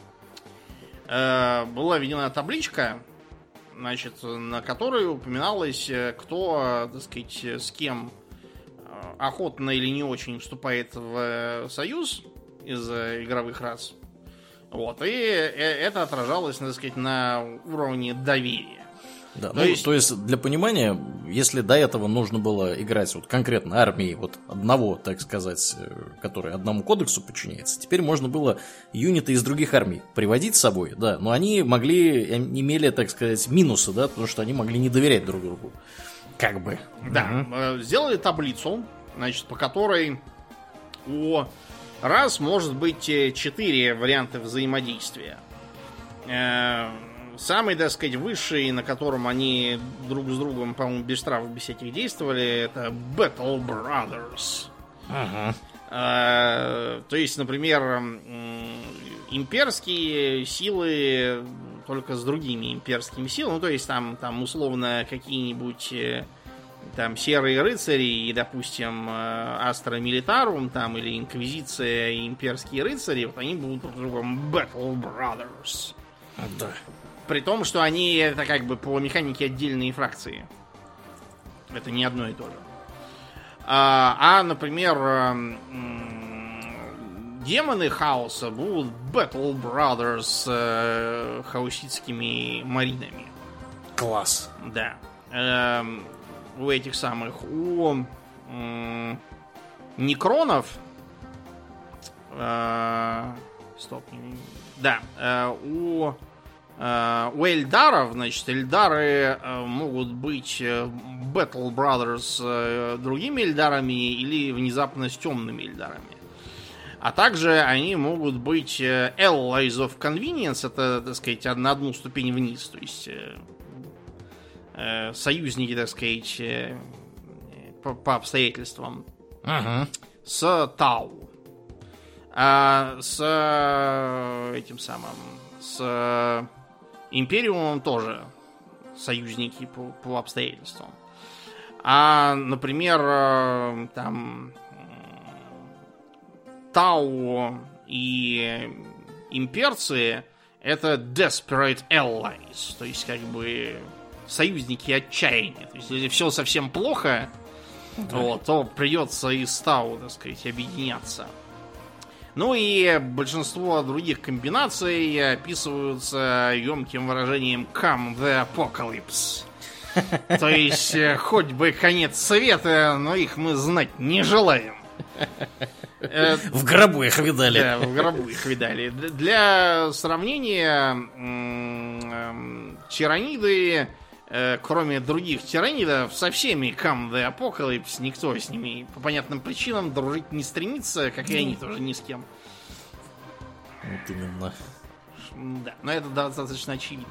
была введена табличка, значит, на которой упоминалось, кто, так сказать, с кем охотно или не очень вступает в союз из игровых рас. Вот. И это отражалось, так сказать, на уровне доверия. Да, то, ну, есть... то есть, для понимания, если до этого нужно было играть вот конкретно армией вот одного, так сказать, который одному кодексу подчиняется, теперь можно было юниты из других армий приводить с собой, да, но они могли, имели, так сказать, минусы, да, потому что они могли не доверять друг другу. Как бы. Да, угу. Сделали таблицу, значит, по которой у рас может быть четыре варианта взаимодействия. Самый, так сказать, высший, на котором они друг с другом, по-моему, без трав, без всяких действовали, это Battle Brothers. Ага. А, то есть, например, имперские силы только с другими имперскими силами. Ну, то есть, там, там условно, какие-нибудь там серые рыцари и, допустим, Астра Милитарум, там, или Инквизиция и имперские рыцари, вот они будут друг с другом Battle Brothers. Да. При том, что они это как бы по механике отдельные фракции. Это не одно и то же. А, а например, демоны хаоса будут Battle Brothers с э, хаоситскими маринами. Класс. Да. Э, у этих самых, у э, некронов э, стоп. Да. Э, у У эльдаров, значит, эльдары могут быть Battle Brothers с другими эльдарами или внезапно с темными эльдарами. А также они могут быть Allies of Convenience, это, так сказать, на одну ступень вниз, то есть союзники, так сказать, по, по обстоятельствам, uh-huh. с Тау. А с этим самым, с Империумом тоже союзники по, по обстоятельствам. А, например, там Тау и имперцы это desperate allies, то есть как бы союзники отчаяния. То есть если все совсем плохо, да. вот, то придется и с Тау, так сказать, объединяться. Ну и большинство других комбинаций описываются емким выражением come the apocalypse. То есть хоть бы конец света, но их мы знать не желаем. В гробу их видали. Да, в гробу их видали. Для сравнения, тираниды, кроме других тиранидов, со всеми come the apocalypse, никто с ними по понятным причинам дружить не стремится, как и они тоже ни с кем. Вот именно. Да, но это достаточно очевидно.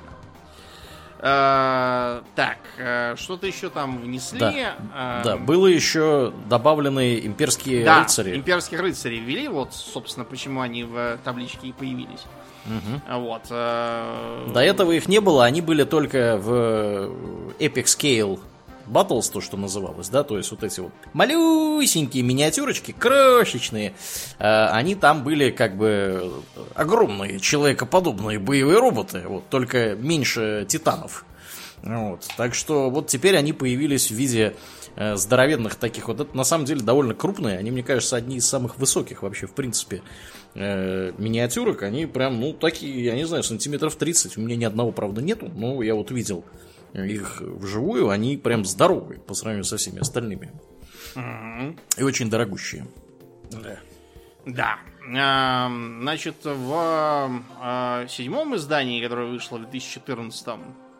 А, так, что-то еще там внесли. Да, а, да, было еще добавлены имперские да, рыцари. Имперских рыцарей ввели, вот, собственно, почему они в табличке и появились. Угу. Вот. А... До этого их не было, они были только в Epic Scale Battles, то, что называлось, да, то есть вот эти вот малюсенькие миниатюрочки, крошечные, э, они там были как бы огромные, человекоподобные боевые роботы, вот, только меньше титанов. Вот, так что вот теперь они появились в виде э, здоровенных таких вот, это на самом деле довольно крупные, они, мне кажется, одни из самых высоких вообще, в принципе, э, миниатюрок, они прям, ну, такие, я не знаю, сантиметров тридцать, у меня ни одного, правда, нету, но я вот видел их вживую, они прям здоровые по сравнению со всеми остальными. Mm-hmm. И очень дорогущие. Да. Да. А, значит, в а, седьмом издании, которое вышло в две тысячи четырнадцатом,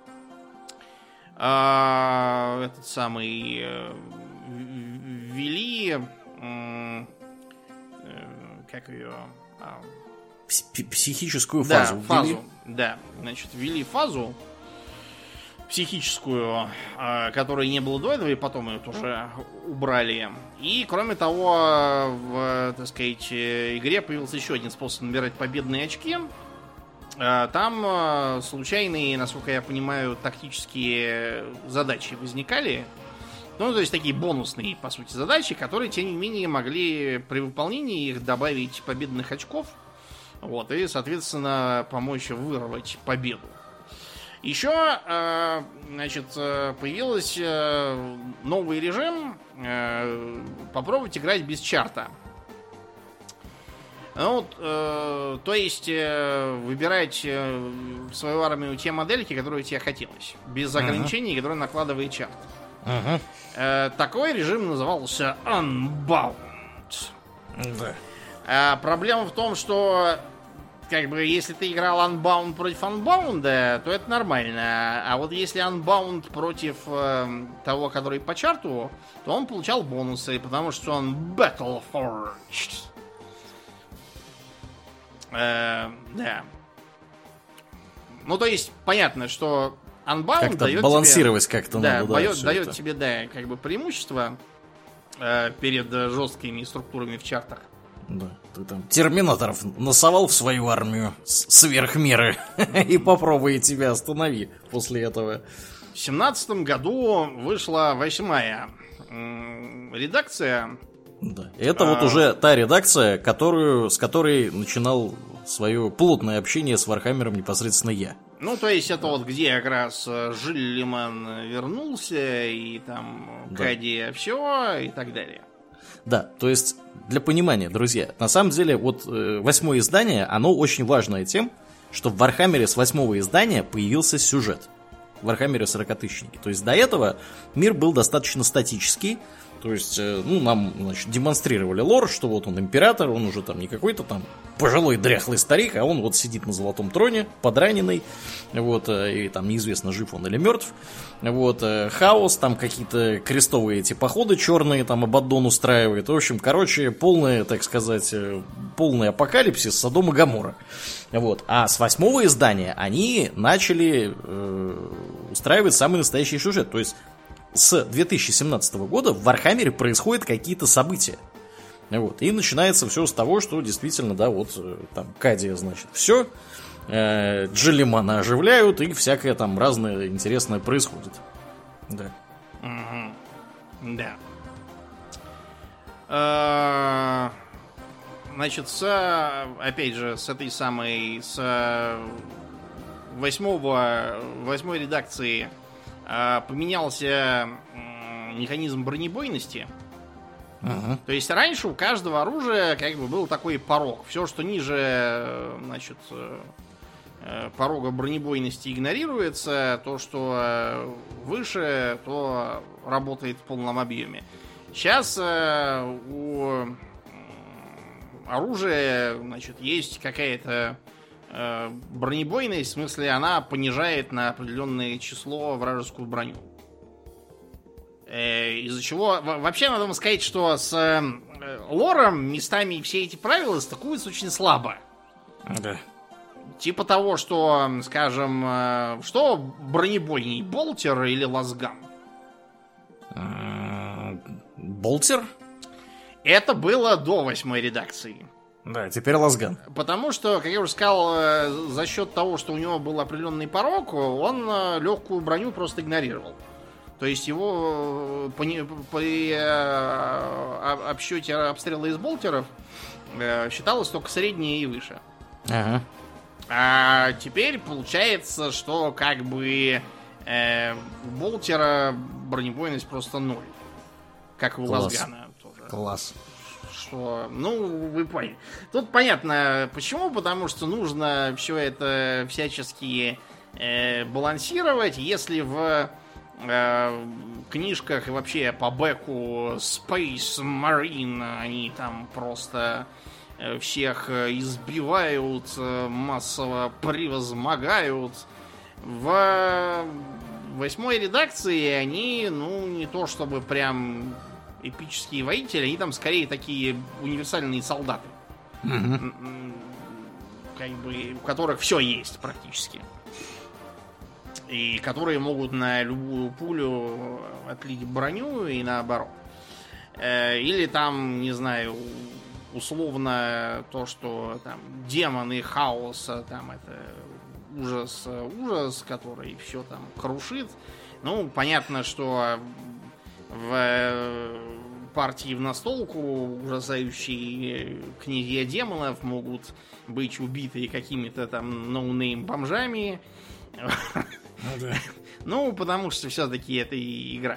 а, этот самый ввели а, как ее а, психическую фазу. Да, фазу. Да. Значит, ввели фазу психическую, которой не было до этого, и потом ее тоже убрали. И, кроме того, в, так сказать, игре появился еще один способ набирать победные очки. Там случайные, насколько я понимаю, тактические задачи возникали. Ну, то есть такие бонусные, по сути, задачи, которые, тем не менее, могли при выполнении их добавить победных очков. Вот, и, соответственно, помочь вырвать победу. Еще, значит, появился новый режим попробовать играть без чарта. Ну, вот, то есть выбирать в свою армию те модельки, которые тебе хотелось, без ограничений, uh-huh. которые накладывает чарт. Uh-huh. Такой режим назывался Unbound. Uh-huh. Проблема в том, что как бы, если ты играл Unbound против Unbound, то это нормально. А вот если Unbound против э, того, который по чарту, то он получал бонусы, потому что он Battleforged. Э, да. Ну, то есть, понятно, что Unbound как-то дает балансировать тебе, как-то да, надо, дает, да, дает это. тебе, да, как бы преимущество э, перед жесткими структурами в чартах. Да, ты там терминаторов насовал в свою армию сверх меры и попробуй тебя останови после этого. В семнадцатом году вышла восьмая м- редакция. Да. Это а... вот уже та редакция, которую, с которой начинал свое плотное общение с Вархаммером непосредственно я. Ну, то есть это вот где как раз Жиллиман вернулся, и там да. Кадия все, и так далее. Да, то есть, для понимания, друзья, на самом деле, вот э, восьмое издание, оно очень важное тем, что в Вархаммере с восьмого издания появился сюжет. В Вархаммере сорокатысячники. То есть, до этого мир был достаточно статический. То есть, э, ну, нам, значит, демонстрировали лор, что вот он император, он уже там не какой-то там пожилой дряхлый старик, а он вот сидит на золотом троне, подраненный, вот, э, и там неизвестно, жив он или мертв. Вот, э, хаос, там какие-то крестовые эти походы черные, там Абаддон устраивает. В общем, короче, полный, так сказать, э, полный апокалипсис Содом и Гоморра. Вот. А с восьмого издания они начали э, устраивать самый настоящий сюжет. То есть с две тысячи семнадцатого года в Вархаммере происходят какие-то события. Вот. И начинается все с того, что действительно, да, вот там Кадия, значит, все, э, Джиллимана оживляют, и всякое там разное интересное происходит. Да. Угу. Да. А, значит, с, опять же, с этой самой, с восьмого, восьмой редакции а, поменялся м, механизм бронебойности. Uh-huh. То есть раньше у каждого оружия как бы был такой порог. Все, что ниже, значит, порога бронебойности игнорируется, то, что выше, то работает в полном объеме. Сейчас у оружия, значит, есть какая-то бронебойность, в смысле, она понижает на определенное число вражескую броню. Из-за чего... Вообще, надо вам сказать, что с э, лором местами все эти правила стыкуются очень слабо. Да. Типа того, что, скажем, э, что бронебойней, болтер или лазган? Болтер? Это было до восьмой редакции. Да, теперь лазган. Потому что, как я уже сказал, за счет того, что у него был определенный порог, он легкую броню просто игнорировал. То есть его при, при э, обсчете обстрела из болтеров э, считалось только среднее и выше. Ага. А теперь получается, что как бы э, у болтера бронебойность просто ноль. Как у Класс. лазгана тоже. Класс. Что, ну, вы поняли. Тут понятно почему, потому что нужно все это всячески э, балансировать. Если в в книжках и вообще по бэку Space Marine они там просто всех избивают, массово превозмогают. В восьмой редакции они, ну, не то чтобы прям эпические воители, они там скорее такие универсальные солдаты. Mm-hmm. Как бы, у которых все есть практически. И которые могут на любую пулю отлить броню и наоборот. Или там, не знаю, условно то, что там демоны хаоса, там это ужас, ужас, который все там крушит. Ну, понятно, что в партии в настолку ужасающие князья демонов могут быть убиты какими-то там ноунейм бомжами. Ну, да. Ну, потому что все-таки это и игра.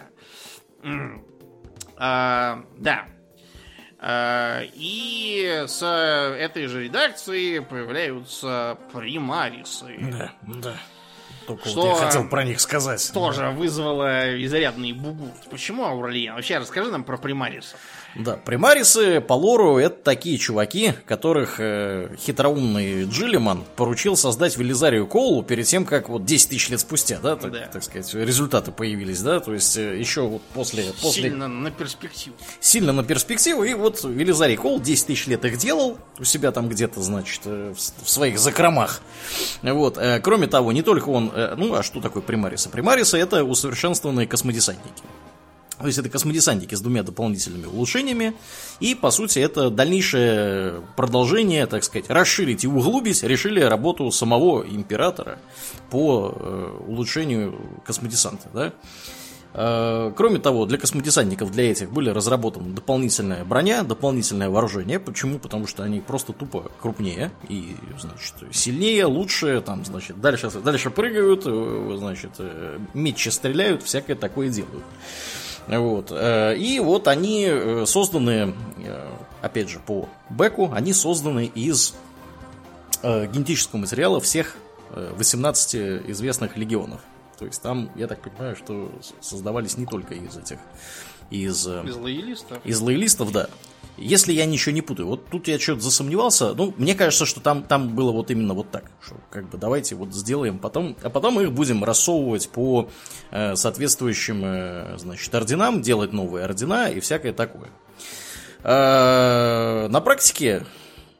А, да. А, и с этой же редакции появляются примарисы. Да, да. Только что вот я хотел про них сказать. Тоже вызвало изрядный бугурт. Почему, Аурельян? Вообще, расскажи нам про примарисов. Да, примарисы по лору это такие чуваки, которых э, хитроумный Джиллиман поручил создать Велизарию Коулу перед тем, как вот десять тысяч лет спустя, да, так, да. так сказать, результаты появились, да, то есть э, еще вот после, после... Сильно на перспективу. Сильно на перспективу, и вот Велизарий Коул десять тысяч лет их делал у себя там где-то, значит, э, в, в своих закромах. Вот, э, кроме того, не только он, э, ну, а что такое примарисы? Примарисы это усовершенствованные космодесантники. То есть это космодесантники с двумя дополнительными улучшениями. И, по сути, это дальнейшее продолжение, так сказать, расширить и углубить. Решили работу самого императора по э, улучшению космодесанта. Да? Э, кроме того, для космодесантников, для этих, были разработаны дополнительная броня, дополнительное вооружение. Почему? Потому что они просто тупо крупнее и, значит, сильнее, лучше, там, значит, дальше, дальше прыгают, значит, метче стреляют, всякое такое делают. Вот. И вот они созданы, опять же, по бэку, они созданы из генетического материала всех восемнадцати известных легионов. То есть там, я так понимаю, что создавались не только из этих... Из, из лоялистов? Из лоялистов, да. Если я ничего не путаю, вот тут я что-то засомневался, ну, мне кажется, что там, там было вот именно вот так, что как бы давайте вот сделаем потом, а потом их будем рассовывать по э, соответствующим, э, значит, орденам, делать новые ордена и всякое такое. Э, на практике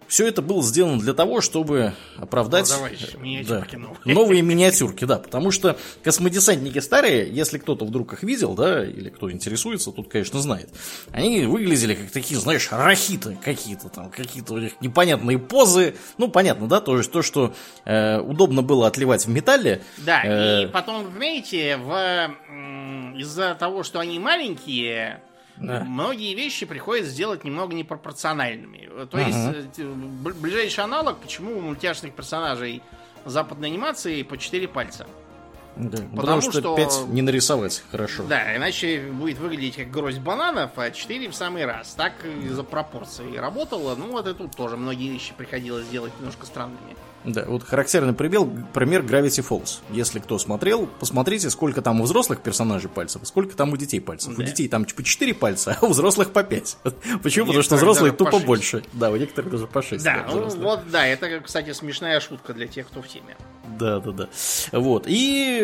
все это было сделано для того, чтобы оправдать ну, давай, миниатюрки да, новые. новые миниатюрки, да, потому что космодесантники старые, если кто-то вдруг их видел, да, или кто интересуется, тут, конечно, знает, они выглядели как такие, знаешь, рахиты какие-то там, какие-то у них непонятные позы, ну, понятно, да, то есть то, что э, удобно было отливать в металле. Да, э, и потом, понимаете, в, из-за того, что они маленькие... Да. Многие вещи приходится сделать немного непропорциональными. То uh-huh. есть ближайший аналог, почему у мультяшных персонажей западной анимации по четыре пальца. Да, потому, потому что, что пять не нарисовать хорошо. Да, иначе будет выглядеть как гроздь бананов, а четыре в самый раз. Так из-за пропорций работало. Ну вот и тут тоже многие вещи приходилось делать немножко странными. Да, вот характерный пример, пример Gravity Falls. Если кто смотрел, посмотрите, сколько там у взрослых персонажей пальцев, сколько там у детей пальцев. Да. У детей там по четыре пальца, а у взрослых по пять. Почему? Потому что взрослые тупо больше. Да, у некоторых даже по шесть. Да, ну вот, да, это, кстати, смешная шутка для тех, кто в теме. Да, да, да. Вот, и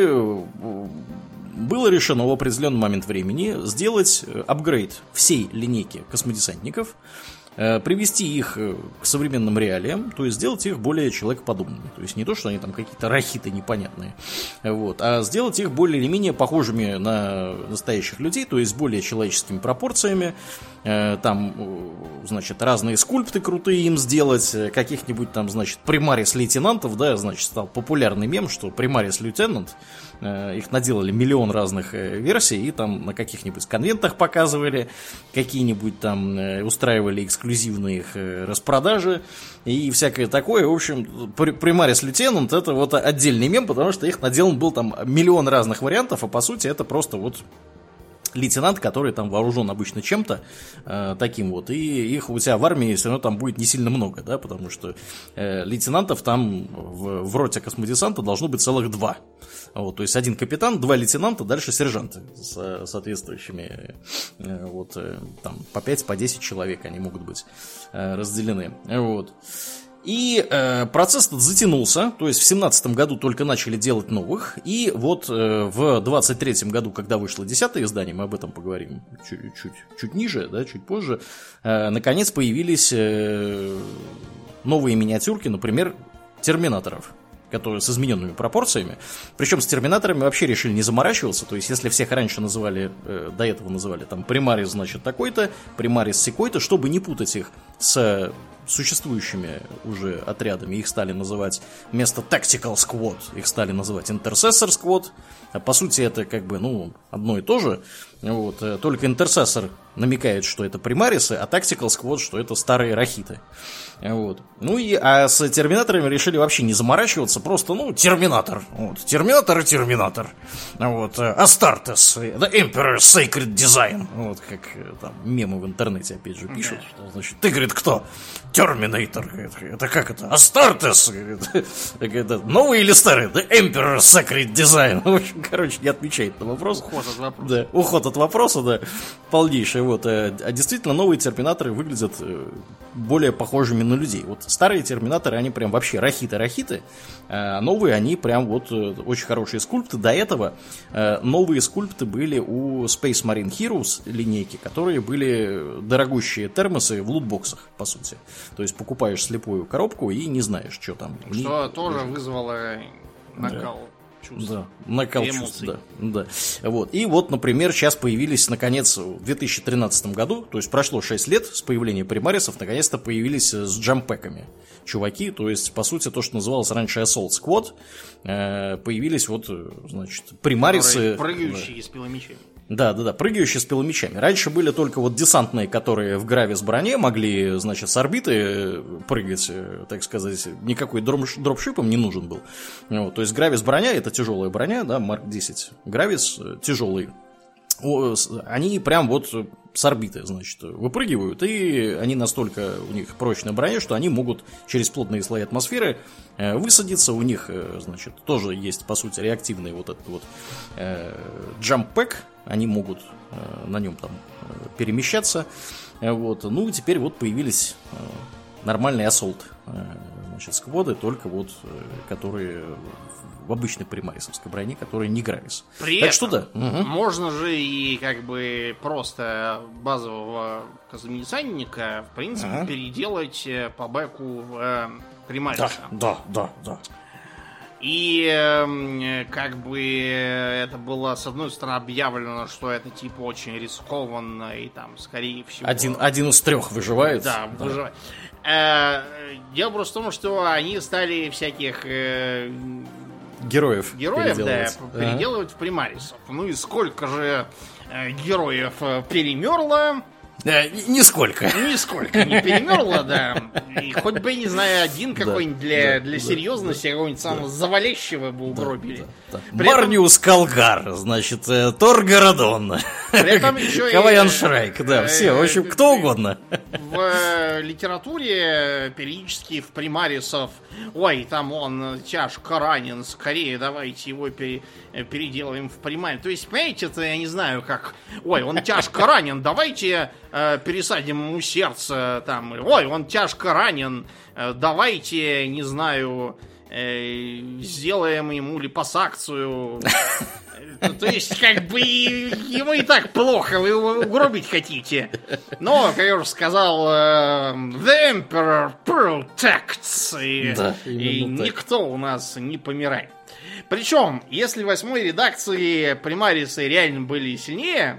было решено в определенный момент времени сделать апгрейд всей линейки космодесантников, привести их к современным реалиям, то есть сделать их более человекоподобными. То есть не то, что они там какие-то рахиты непонятные, вот, а сделать их более или менее похожими на настоящих людей, то есть с более человеческими пропорциями. Там, значит, разные скульпты крутые им сделать, каких-нибудь там, значит, примарис-лейтенантов, да, значит, стал популярный мем, что примарис-лейтенант, их наделали миллион разных версий, и там на каких-нибудь конвентах показывали, какие-нибудь там устраивали эксклюзивные их распродажи и всякое такое. В общем, примарис-лейтенант — это вот отдельный мем, потому что их наделан был там миллион разных вариантов, а по сути это просто вот лейтенант, который там вооружен обычно чем-то э, таким вот, и их у тебя в армии все равно там будет не сильно много, да, потому что э, лейтенантов там в, в роте космодесанта должно быть целых два. Вот, то есть один капитан, два лейтенанта, дальше сержанты с соответствующими э, вот э, там по пять, по десять человек они могут быть э, разделены. Вот. И э, процесс этот затянулся, то есть в семнадцатом году только начали делать новых, и вот э, в двадцать третьем году, когда вышло десятое издание, мы об этом поговорим чуть, чуть, чуть ниже, да, чуть позже, э, наконец появились э, новые миниатюрки, например, терминаторов, которые с измененными пропорциями. Причем с терминаторами вообще решили не заморачиваться. То есть, если всех раньше называли, э, до этого называли там примарис, значит, такой-то, примарис секой-то, чтобы не путать их с существующими уже отрядами, их стали называть вместо Tactical Squad, их стали называть Intercessor Squad. А по сути это как бы, ну, одно и то же. Вот. Только Intercessor намекает, что это примарисы, а Tactical Squad, что это старые рахиты. Вот. Ну и а с терминаторами решили вообще не заморачиваться, просто, ну, терминатор. Вот. Терминатор и терминатор. Вот. Астартес, The Emperor's Sacred Design. Вот как там мемы в интернете опять же пишут, да. Что значит, ты, говорит, кто? Терминатор. Это как это? Астартес. Новый или старый? The Emperor's Sacred Design. В общем, короче, не отвечает на вопрос. Уход от вопроса. Да, уход от вопроса, да, полнейший. Вот. А действительно, новые терминаторы выглядят более похожими на людей. Вот старые терминаторы, они прям вообще рахиты-рахиты, а новые, они прям вот очень хорошие скульпты. До этого новые скульпты были у Space Marine Heroes линейки, которые были дорогущие термосы в лутбоксах, по сути. То есть покупаешь слепую коробку и не знаешь, что там. Что не... тоже вызвало накал. Да. Чувств. Да, накал чувств, да, да. Вот. И вот, например, сейчас появились, наконец, в две тысячи тринадцатом году, то есть прошло шесть лет с появления примарисов, наконец-то появились с джампэками чуваки, то есть, по сути, то, что называлось раньше Assault Squad, появились вот, значит, примарисы. Прыгающие да. с пиломечами. Да, да, да, прыгающие с пиломечами. Раньше были только вот десантные, которые в Гравис броне могли, значит, с орбиты прыгать, так сказать, никакой дропшип им не нужен был. Вот, то есть Гравис броня — это тяжелая броня, да, Марк десять. Гравис тяжелый. Они прям вот с орбиты, значит, выпрыгивают, и они настолько, у них прочная броня, что они могут через плотные слои атмосферы высадиться. У них, значит, тоже есть, по сути, реактивный вот этот вот джамп-пэк. Они могут э, на нем там э, перемещаться. Вот. Ну и теперь вот появились э, нормальные ассолт. Э, значит, скводы, только вот, которые в обычной примарисовской броне, которые не Гравис. При так этом что да. Угу. можно же и как бы просто базового космодесантника, в принципе, ага. переделать по бэку в э, примариса. Да, да, да, да. И э, как бы это было, с одной стороны, объявлено, что это типа очень рискованно и там, скорее всего... Один, один из трех выживает. Да, да. выживает. Э, дело просто в том, что они стали всяких... Э, Героев, героев переделывать, да, переделывать ага. в примарисов. Ну и сколько же э, героев перемерло... Да, нисколько. Нисколько не перемерло, да. И хоть бы, не знаю, один какой-нибудь да, для, да, для да, серьезности, да, какого-нибудь самого да. завалящего бы угробили. Да, да, да. Марниус этом... Калгар, значит, э, Тор Городон, Каваян Шрайк, да, все, в общем, кто угодно. В литературе периодически в примарисов, ой, там он тяжко ранен, скорее давайте его пере... переделаем в примарис. То есть, понимаете, это я не знаю, как, ой, он тяжко ранен, давайте... пересадим ему сердце, там, ой, он тяжко ранен, давайте, не знаю, сделаем ему липосакцию. То есть, как бы, ему и так плохо, вы его угробить хотите. Но, как я уже сказал, The Emperor protects, и, да, и никто у нас не помирает. Причем, если в восьмой редакции примарисы реально были сильнее,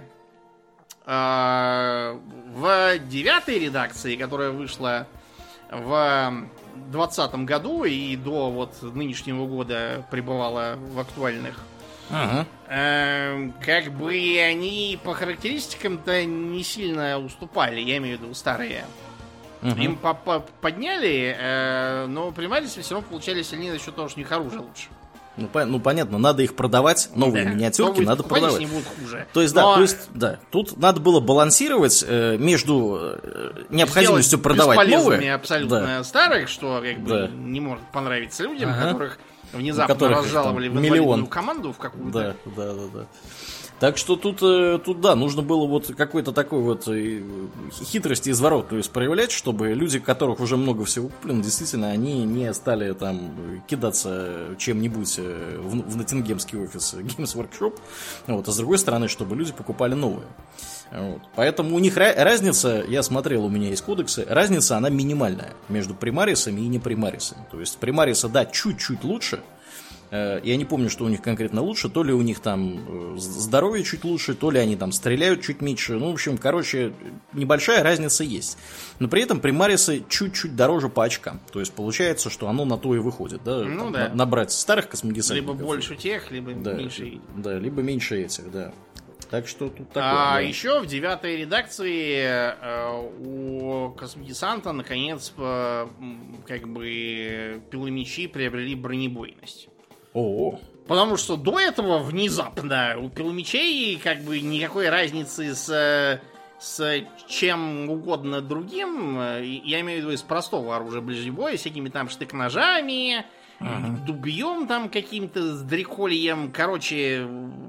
в девятой редакции, которая вышла в двадцатом году и до вот нынешнего года пребывала в актуальных, ага. э, как бы они по характеристикам-то не сильно уступали, я имею в виду старые. Ага. Им подняли, э, но примарисы все равно получали сильнее за счет того, что у них оружие лучше. Ну, по, ну, понятно, надо их продавать, новые да, миниатюрки надо продавать. Не будут хуже. То есть, Но... да, то есть, да, тут надо было балансировать э, между э, необходимостью Сделать продавать новые. Абсолютно да. старых, что как бы да. не может понравиться людям, ага. которых внезапно которых, разжаловали в инвалидную команду в какую-то. Да, да, да, да. Так что тут, тут, да, нужно было вот какой-то такой вот хитрости и изворотливость проявлять, чтобы люди, у которых уже много всего куплено, действительно, они не стали там кидаться чем-нибудь в, в Ноттингемский офис Games Workshop, вот, а с другой стороны, чтобы люди покупали новые. Вот. Поэтому у них разница, я смотрел, у меня есть кодексы, разница, она минимальная между примарисами и непримарисами. То есть примарисы, да, чуть-чуть лучше. Я не помню, что у них конкретно лучше. То ли у них там здоровье чуть лучше, то ли они там стреляют чуть меньше. Ну, в общем, короче, небольшая разница есть. Но при этом примарисы чуть-чуть дороже по очкам. То есть получается, что оно на то и выходит. Да? Ну, там, да. Набрать старых космодесантников. Либо больше тех, либо да, меньше. Да, либо меньше этих, да. Так что тут такое. А да. еще в девятой редакции э, у космодесанта наконец э, как бы пиломечи приобрели бронебойность. О-о. Потому что до этого внезапно у пиломечей как бы никакой разницы с, с чем угодно другим, я имею в виду из простого оружия ближнего боя, всякими там штык-ножами, uh-huh. дубьем там каким-то с дрекольем, короче,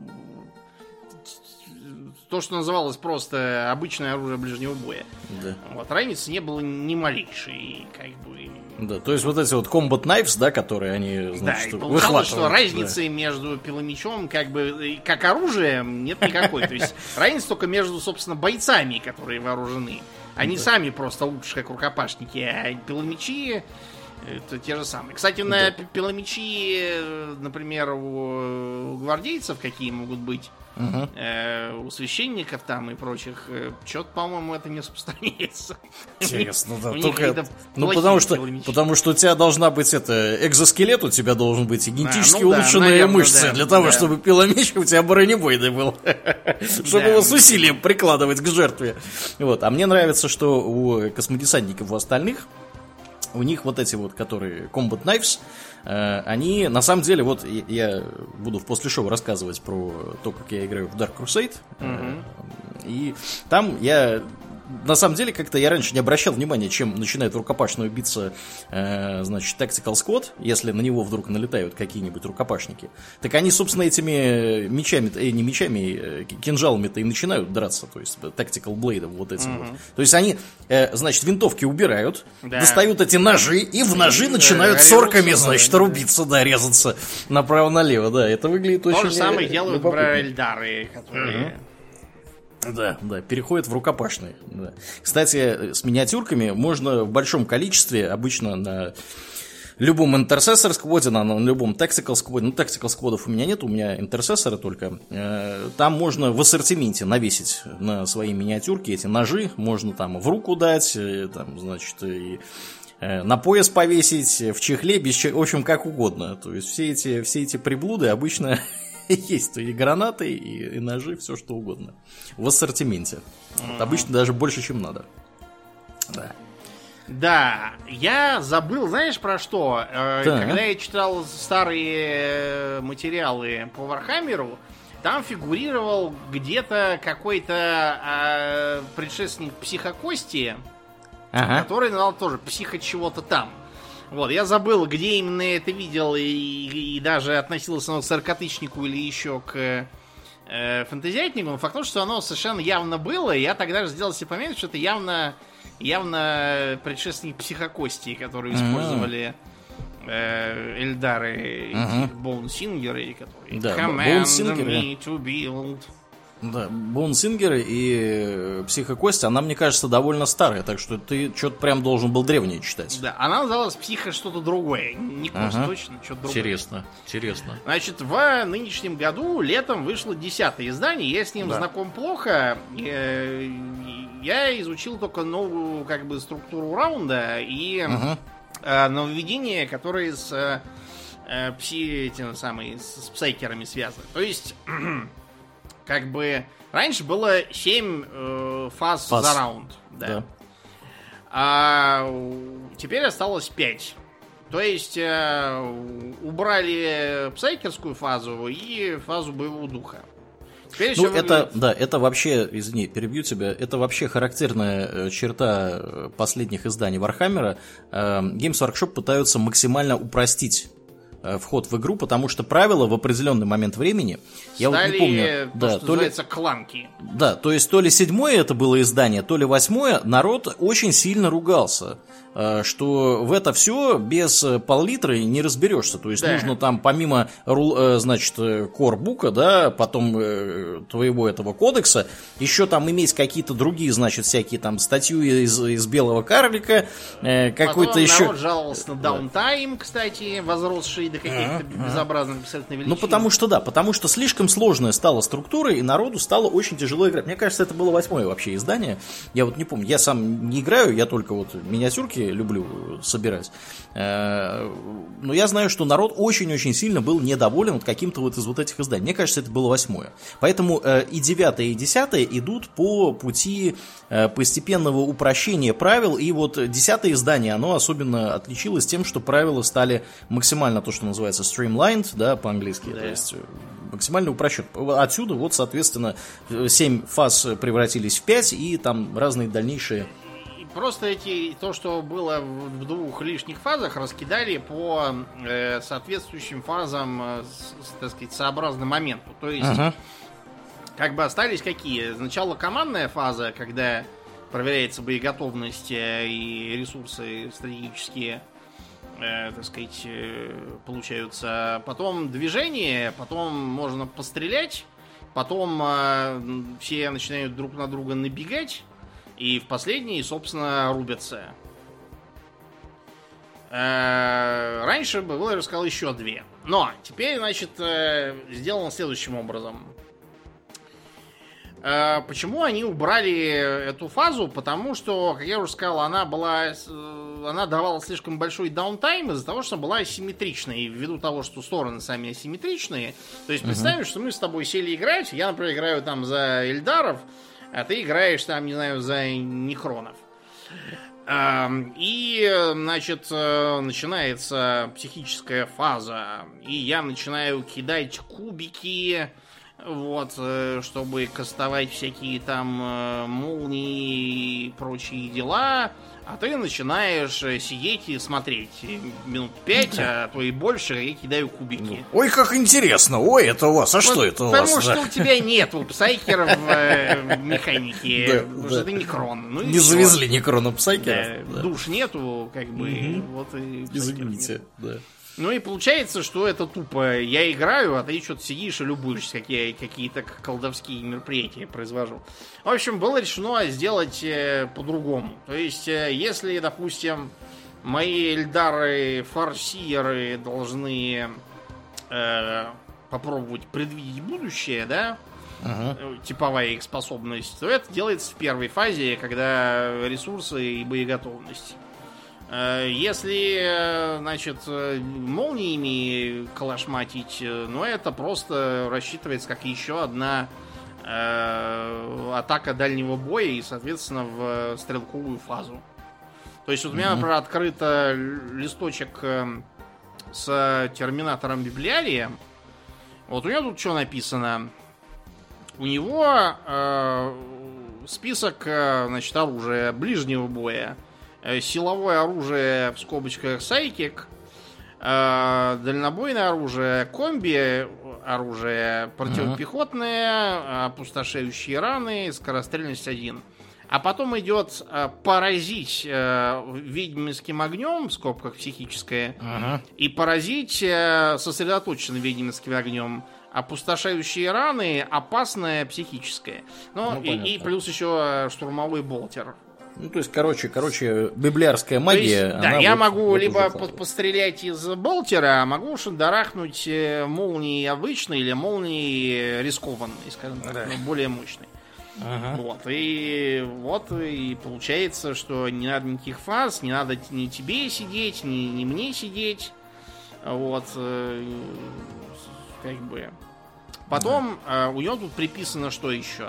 то, что называлось просто обычное оружие ближнего боя. Да. Вот, разницы не было ни малейшей, как бы. Да, то есть вот эти вот combat knives, да, которые они, значит, да, и получалось, что разницы да. между пиломечом, как бы, как оружием, нет никакой. То есть разница только между, собственно, бойцами, которые вооружены. Они да. сами просто лучше, как рукопашники, а пиломечи это те же самые. Кстати, на да. пиломечи, например, у гвардейцев какие могут быть, угу. э, у священников там и прочих, э, что-то, по-моему, это не распространяется. Интересно, да. Только, ну, потому что, потому что у тебя должна быть это, экзоскелет у тебя должен быть и генетически а, ну, улучшенные да, наверное, мышцы, да, для того, да. чтобы пиломеч у тебя бронебойный был. Чтобы его с усилием прикладывать к жертве. Вот. А мне нравится, что у космодесантников, у остальных, у них вот эти вот, которые Combat Knives, э, они на самом деле, вот я, я буду в после шоу рассказывать про то, как я играю в Dark Crusade, mm-hmm. э, и там я на самом деле, как-то я раньше не обращал внимания, чем начинает в рукопашную биться, э, значит, Tactical Squad, если на него вдруг налетают какие-нибудь рукопашники. Так они, собственно, этими мечами, э, не мечами, э, кинжалами-то и начинают драться, то есть Tactical Blade вот этим mm-hmm. вот. То есть они, э, значит, винтовки убирают, да. достают эти ножи и в ножи и, начинают да, сорками, режутся, значит, да, рубиться, да, резаться направо-налево, да, это выглядит То очень... То же самое делают Брайльдары, которые... Mm-hmm. Да, да, переходит в рукопашные. Да. Кстати, с миниатюрками можно в большом количестве, обычно на любом Intercessor скводе, на, на любом Tactical скводе, ну, Tactical скводов у меня нет, у меня интерсессоры только, э, там можно в ассортименте навесить на свои миниатюрки эти ножи, можно там в руку дать, э, там, значит, и э, на пояс повесить, в чехле, без чех... в общем, как угодно. То есть все эти, все эти приблуды обычно... Есть и гранаты, и, и ножи, все что угодно. В ассортименте. Вот, обычно даже больше, чем надо. Да. Да, я забыл, знаешь, про что? Да. Когда я читал старые материалы по Вархаммеру, там фигурировал где-то какой-то э, предшественник Психокости, ага. который назвал тоже Психо чего-то там. Вот, я забыл, где именно я это видел, и, и, и даже относился к саркатычнику или еще к э, фэнтезиатнику, но факт в том, что оно совершенно явно было, и я тогда же сделал себе пометить, что это явно, явно предшественник Психокости, которые mm-hmm. использовали э, Эльдары uh-huh. и Боунсингеры, которые да, command me to build... Да, Боунсингер и Психокость, она, мне кажется, довольно старая, так что ты что-то прям должен был древнее читать. Да, она называлась Психо что-то другое, не Кость, ага. точно, что-то другое. Интересно, интересно. Значит, в нынешнем году летом вышло десятое издание, я с ним да. знаком плохо, я изучил только новую, как бы, структуру раунда и ага. нововведения, которые с пси, этим самыми, с псайкерами связаны. То есть... Как бы раньше было семь э, фаз, фаз за раунд. Да. Да. А теперь осталось пять. То есть э, убрали псайкерскую фазу и фазу боевого духа. Теперь ну, это, выглядит... да, это вообще, извини, перебью тебя, это вообще характерная черта последних изданий Вархаммера. Games Workshop пытаются максимально упростить вход в игру, потому что правила в определенный момент времени, стали, я вот не помню, то, да, что то называется ли, кланки. Да, то есть то ли седьмое это было издание, то ли восьмое, народ очень сильно ругался, что в это все без пол-литра не разберешься, то есть да. нужно там помимо, значит, корбука, да, потом твоего этого кодекса, еще там иметь какие-то другие, значит, всякие там статьи из, из белого карлика, какой-то потом еще... народ жаловался на даунтайм, кстати, возросший до каких-то а, безобразных абсолютно величин. Ну, потому что, да, потому что слишком сложная стала структура, и народу стало очень тяжело играть. Мне кажется, это было восьмое вообще издание. Я вот не помню, я сам не играю, я только вот миниатюрки люблю собирать. Но я знаю, что народ очень-очень сильно был недоволен вот каким-то вот из вот этих изданий. Мне кажется, это было восьмое. Поэтому и девятое, и десятое идут по пути постепенного упрощения правил, и вот десятое издание, оно особенно отличилось тем, что правила стали максимально то, что называется streamlined, да, по-английски, да. То есть максимально упрощен. Отсюда вот, соответственно, семь фаз превратились в пять, и там разные дальнейшие. И просто эти, то, что было в двух лишних фазах, раскидали по э, соответствующим фазам, э, с, так сказать, сообразно моменту. То есть, ага. как бы остались какие? Сначала командная фаза, когда проверяется боеготовность и ресурсы стратегические, э, так сказать, э, получаются. Потом движение, потом можно пострелять, потом э, все начинают друг на друга набегать, и в последней, собственно, рубятся. Э, раньше было, я рассказал, еще две. Но теперь, значит, э, сделано следующим образом. Почему они убрали эту фазу? Потому что, как я уже сказал, она была, она давала слишком большой даунтайм из-за того, что была асимметричной. Ввиду того, что стороны сами асимметричные. То есть, представим, uh-huh. что мы с тобой сели играть. Я, например, играю там за Эльдаров, а ты играешь там, не знаю, за Некронов. И, значит, начинается психическая фаза. И я начинаю кидать кубики вот, чтобы кастовать всякие там молнии и прочие дела, а ты начинаешь сидеть и смотреть минут пять, а то и больше, я кидаю кубики. Ой, как интересно! Ой, это у вас, а вот что это у вас? Потому что да? у тебя нету псайкеров в механике, потому что ты некрон. Не завезли некрона псайкеров. Душ нету, как бы, вот и... Извините, да. Ну и получается, что это тупо. Я играю, а ты что-то сидишь и любуешься, какие, какие-то колдовские мероприятия произвожу. В общем, было решено сделать э, по-другому. То есть, э, если, допустим, мои эльдары фарсиеры должны э, попробовать предвидеть будущее, да, uh-huh. типовая их способность, то это делается в первой фазе, когда ресурсы и боеготовность. Если, значит, молниями калашматить, ну, это просто рассчитывается как еще одна э, атака дальнего боя и, соответственно, в стрелковую фазу. То есть, вот у меня, mm-hmm. например, открыт листочек с терминатором Библиарием. Вот у него тут что написано? У него э, список, значит, оружия ближнего боя. Силовое оружие в скобочках Сайкик, дальнобойное оружие комби, оружие противопехотное, опустошающие раны, скорострельность один. А потом идет поразить ведьминским огнем, в скобках психическое, uh-huh. и поразить сосредоточенным ведьминским огнем, опустошающие раны, опасное психическое. Ну, ну и, и плюс еще штурмовой болтер. Ну, то есть, короче, короче, библиарская магия. Есть, да, я вот могу либо по- пострелять из болтера, а могу шандарахнуть молнии обычные или молнии рискованные, скажем так, да. но более мощные. Ага. Вот, и вот и получается, что не надо никаких фаз, не надо ни тебе сидеть, ни, ни мне сидеть. Вот, как бы. Потом да. у него тут приписано что еще?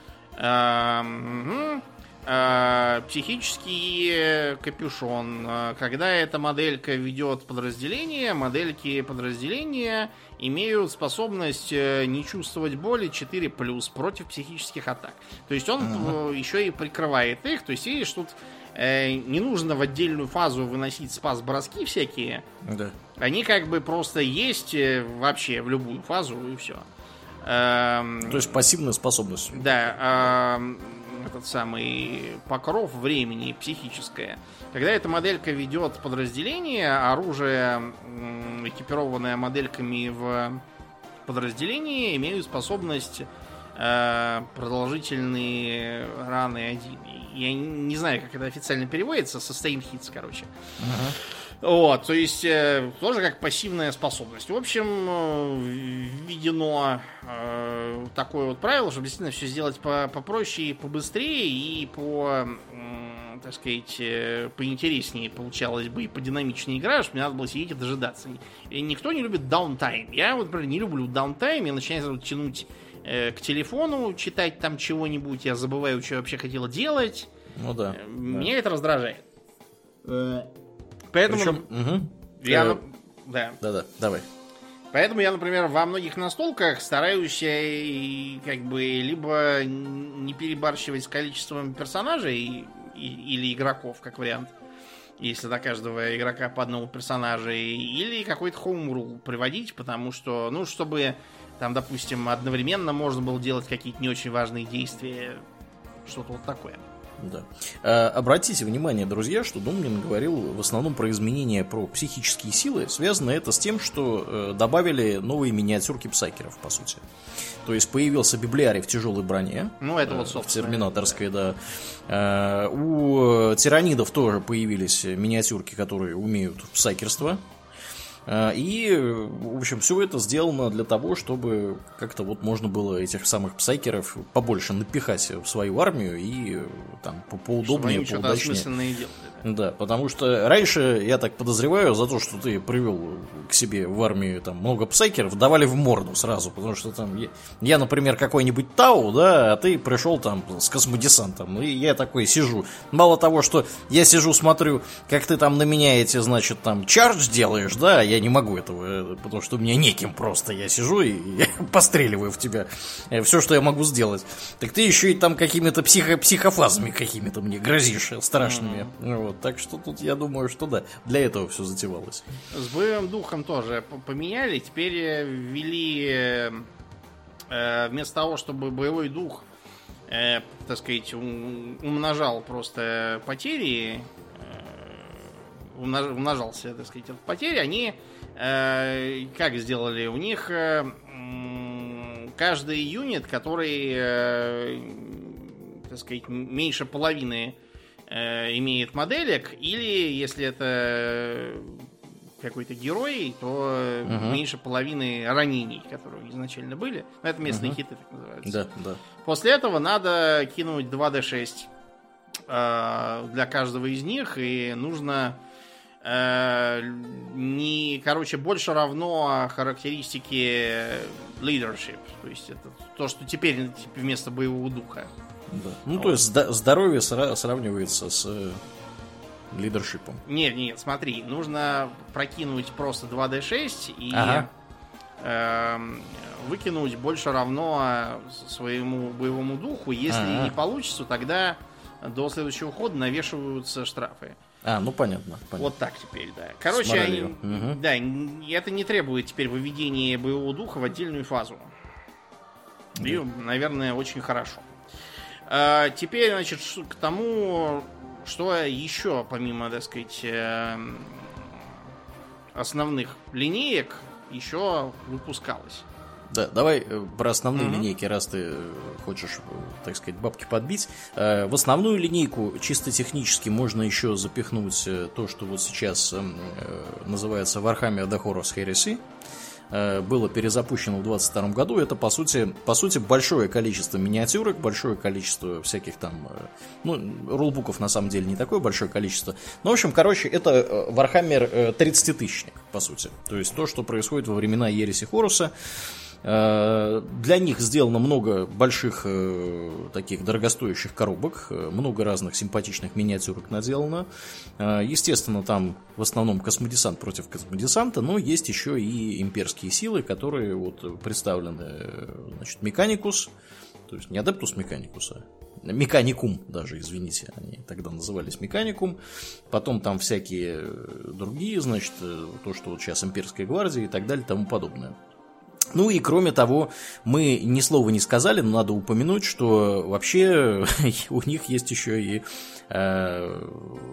Психический капюшон. Когда эта моделька ведет подразделение, модельки подразделения имеют способность не чувствовать боли четыре плюс против психических атак. То есть он uh-huh. еще и прикрывает их. То есть, видишь, тут э, не нужно в отдельную фазу выносить спас-броски всякие. Да. Они как бы просто есть вообще в любую фазу и все. Эм, То есть пассивная способность. Да. Эм, этот самый покров времени психическое. Когда эта моделька ведет подразделение, оружие, экипированное модельками в подразделении, имеют способность э, продолжительные раны один. Я не знаю, как это официально переводится, sustain hits, короче. Uh-huh. Вот, то есть э, тоже как пассивная способность. В общем, э, введено э, такое вот правило, чтобы действительно все сделать по- попроще и побыстрее, и по, э, так сказать, э, поинтереснее получалось бы, и подинамичнее игра, чтобы мне надо было сидеть и дожидаться. И никто не любит даунтайм. Я вот, например, не люблю даунтайм, я начинаю тянуть э, к телефону, читать там чего-нибудь, я забываю, что я вообще хотела делать. Ну да. Меня да. это раздражает. Поэтому Причем, угу. я, э, да. Да-да, давай. Поэтому я, например, во многих настолках стараюсь как бы либо не перебарщивать с количеством персонажей или игроков, как вариант, если до каждого игрока по одному персонажу, или какой-то хоум-рул приводить, потому что, ну, чтобы там, допустим, одновременно можно было делать какие-то не очень важные действия, что-то вот такое. Да. А, обратите внимание, друзья, что Домнин говорил в основном про изменения, про психические силы. Связано это с тем, что э, добавили новые миниатюрки псайкеров, по сути. То есть появился библиарий в тяжелой броне. Ну, это э, вот, собственно. В терминаторской, да. Э, у тиранидов тоже появились миниатюрки, которые умеют псайкерство. И, в общем, все это сделано для того, чтобы как-то вот можно было этих самых псайкеров побольше напихать в свою армию и там по поудобнее, поудачнее. Да, потому что раньше, я так подозреваю, за то, что ты привел к себе в армию там много псайкеров, давали в морду сразу, потому что там я, я например, какой-нибудь Тау, да, а ты пришел там с космодесантом, и я такой сижу. Мало того, что я сижу, смотрю, как ты там на меня эти, значит, там, чардж делаешь, да, я не могу этого, потому что у меня неким просто, я сижу и я постреливаю в тебя. Все, что я могу сделать. Так ты еще и там какими-то психо психофазами какими-то мне грозишь страшными. Mm-hmm. Вот, так что тут я думаю, что да, для этого все затевалось. С боевым духом тоже поменяли. Теперь ввели э, вместо того, чтобы боевой дух, э, так сказать, умножал просто потери, э, умножался, так сказать, от потери, они э, как сделали? У них э, каждый юнит, который, э, так сказать, меньше половины э, имеет моделек, или если это какой-то герой, то uh-huh. меньше половины ранений, которые изначально были. Это местные uh-huh. хиты, так называются. Да, да. После этого надо кинуть два дэ шесть э, для каждого из них, и нужно э, не, короче, больше равно характеристике leadership. То есть это то, что теперь вместо боевого духа. Да. Ну, вот. То есть здоровье сравнивается с лидершипом. Нет, нет, смотри, нужно прокинуть просто два дэ шесть и ага. э, выкинуть больше равно своему боевому духу. Если ага. не получится, тогда до следующего хода навешиваются штрафы. А, ну понятно. понятно. Вот так теперь, да. Короче, они, угу. да, это не требует теперь выведения боевого духа в отдельную фазу. Да. И, наверное, очень хорошо. А, теперь, значит, к тому, что еще, помимо, так сказать, основных линеек, еще выпускалось. Да, давай про основные mm-hmm. линейки, раз ты хочешь, так сказать, бабки подбить. В основную линейку чисто технически можно еще запихнуть то, что вот сейчас называется Warhammer The Horus Heresy. Было перезапущено в двадцать втором году. Это, по сути, по сути, большое количество миниатюрок, большое количество всяких там... Ну, рулбуков, на самом деле, не такое большое количество. Ну, в общем, короче, это Warhammer тридцатитысячник, по сути. То есть то, что происходит во времена Ереси Хоруса. Для них сделано много больших таких дорогостоящих коробок, много разных симпатичных миниатюрок наделано. Естественно, там в основном космодесант против космодесанта, но есть еще и имперские силы, которые вот представлены, значит, Механикус, то есть не Адептус Механикуса, Механикум даже, извините, они тогда назывались Механикум. Потом там всякие другие, значит, то, что вот сейчас Имперская гвардия и так далее, и тому подобное. Ну и кроме того, мы ни слова не сказали, но надо упомянуть, что вообще у них есть еще и э,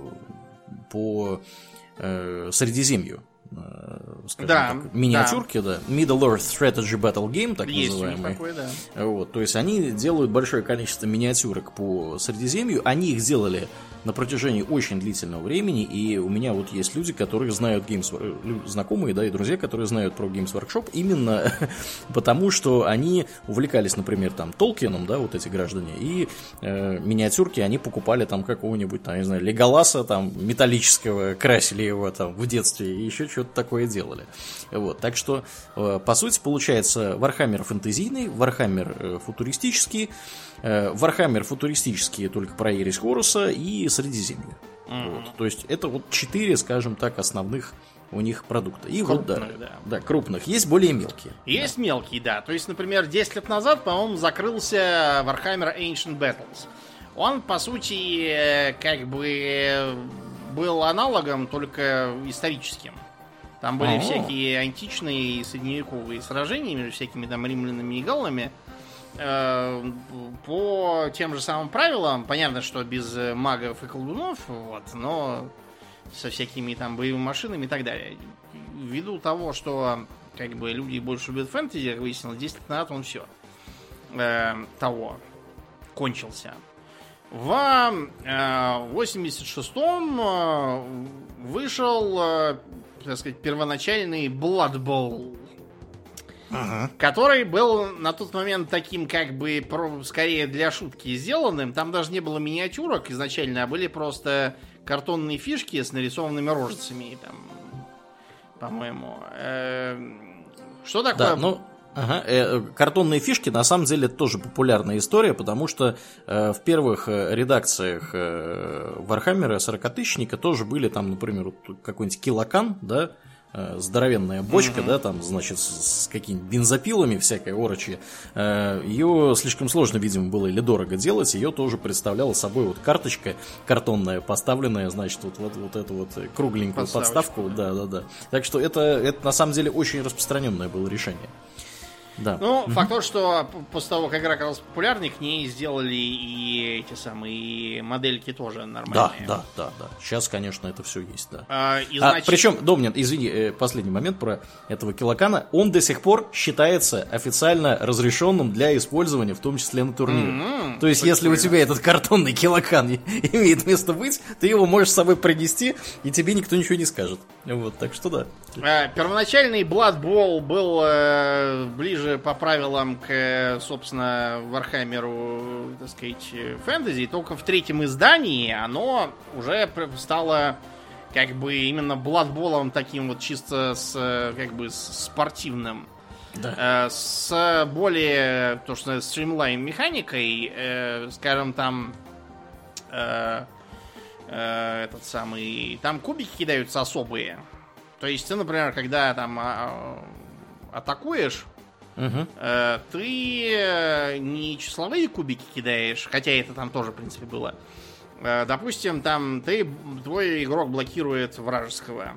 по э, Средиземью, скажем да, так, миниатюрки, да. да, Middle Earth Strategy Battle Game, так есть называемый. Такой, да. Вот, то есть они делают большое количество миниатюрок по Средиземью, они их сделали на протяжении очень длительного времени, и у меня вот есть люди, которые знают Games, знакомые, да, и друзья, которые знают про Games Workshop именно потому, что они увлекались, например, там, Толкином, да, вот эти граждане, и э, миниатюрки они покупали там какого-нибудь, там, не знаю, Леголаса, там, металлического, красили его там в детстве, и еще что-то такое делали. Вот, так что, э, по сути, получается Warhammer фэнтезийный, Warhammer э, футуристический, Warhammer футуристические только про Ересь Хоруса и Средиземье. Mm-hmm. Вот. То есть это вот четыре, скажем так, основных у них продукта. И крупных, вот, да, да. да, крупных. Есть более мелкие. Есть да. мелкие, да. То есть, например, десять лет назад, по-моему, закрылся Warhammer Ancient Battles. Он, по сути, как бы был аналогом, только историческим. Там были А-а-а. всякие античные и средневековые сражения между всякими там римлянами и галлами. По тем же самым правилам, понятно, что без магов и колдунов, вот, но со всякими там боевыми машинами и так далее. Ввиду того, что как бы люди больше любят фэнтези, как выяснилось, десять лет назад он все э, того кончился. В э, восемьдесят шестом э, вышел, э, так сказать, первоначальный Blood Bowl. Ага. Который был на тот момент таким, как бы, про, скорее для шутки сделанным. Там даже не было миниатюрок изначально, а были просто картонные фишки с нарисованными рожицами, там, по-моему. Что такое? Да, ну, ага, э, картонные фишки, на самом деле, это тоже популярная история, потому что э, в первых э, редакциях э, Вархаммера сорокатысячника тоже были там, например, вот какой-нибудь килокан, да, э, здоровенная бочка, mm-hmm. да, там, значит, с, с какими-то бензопилами всякой орочи. Э, ее слишком сложно, видимо, было или дорого делать, ее тоже представляла собой вот карточка картонная, поставленная, значит, вот, вот, вот эту вот кругленькую Подставочку, подставку, да, да, да. Так что это, это на самом деле очень распространенное было решение. Да. Ну, mm-hmm. факт то, что после того, как игра оказалась популярной, к ней сделали и эти самые и модельки тоже нормальные. Да, да, да, да. Сейчас, конечно, это все есть, да. А, и значит... а, причем, Домнин, извини, последний момент про этого килокана. Он до сих пор считается официально разрешенным для использования, в том числе на турнире. Mm-hmm. То есть, если у тебя этот картонный килокан имеет место быть, ты его можешь с собой принести, и тебе никто ничего не скажет. Вот, так что да. А, первоначальный Blood Bowl был э, ближе по правилам к, собственно, Вархаммеру, так сказать, фэнтези. Только в третьем издании оно уже стало как бы именно Blood Bowl'ом таким вот чисто с, как бы, с спортивным. Да. Э, с более, то что стримлайн механикой, э, скажем, там э, э, этот самый, там кубики кидаются особые. То есть ты, например, когда там а, атакуешь, угу. э, ты не числовые кубики кидаешь, хотя это там тоже, в принципе, было. Э, допустим, там ты, твой игрок блокирует вражеского.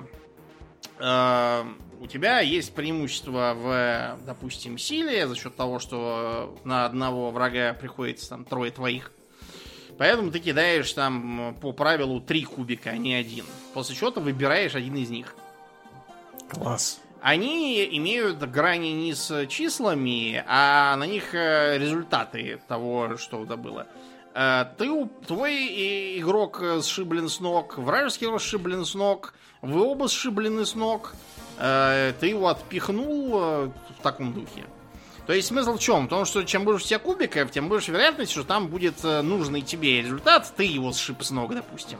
Э, у тебя есть преимущество в, допустим, силе за счет того, что на одного врага приходится там трое твоих. Поэтому ты кидаешь там по правилу три кубика, а не один. После чего ты выбираешь один из них. Класс. Они имеют грани не с числами, а на них результаты того, что это было. Ты, твой игрок сшиблен с ног, вражеский игрок сшиблен с ног, вы оба сшиблены с ног, ты его отпихнул в таком духе. То есть смысл в чем? В том, что чем больше у тебя кубиков, тем больше вероятность, что там будет нужный тебе результат, ты его сшиб с ног, допустим.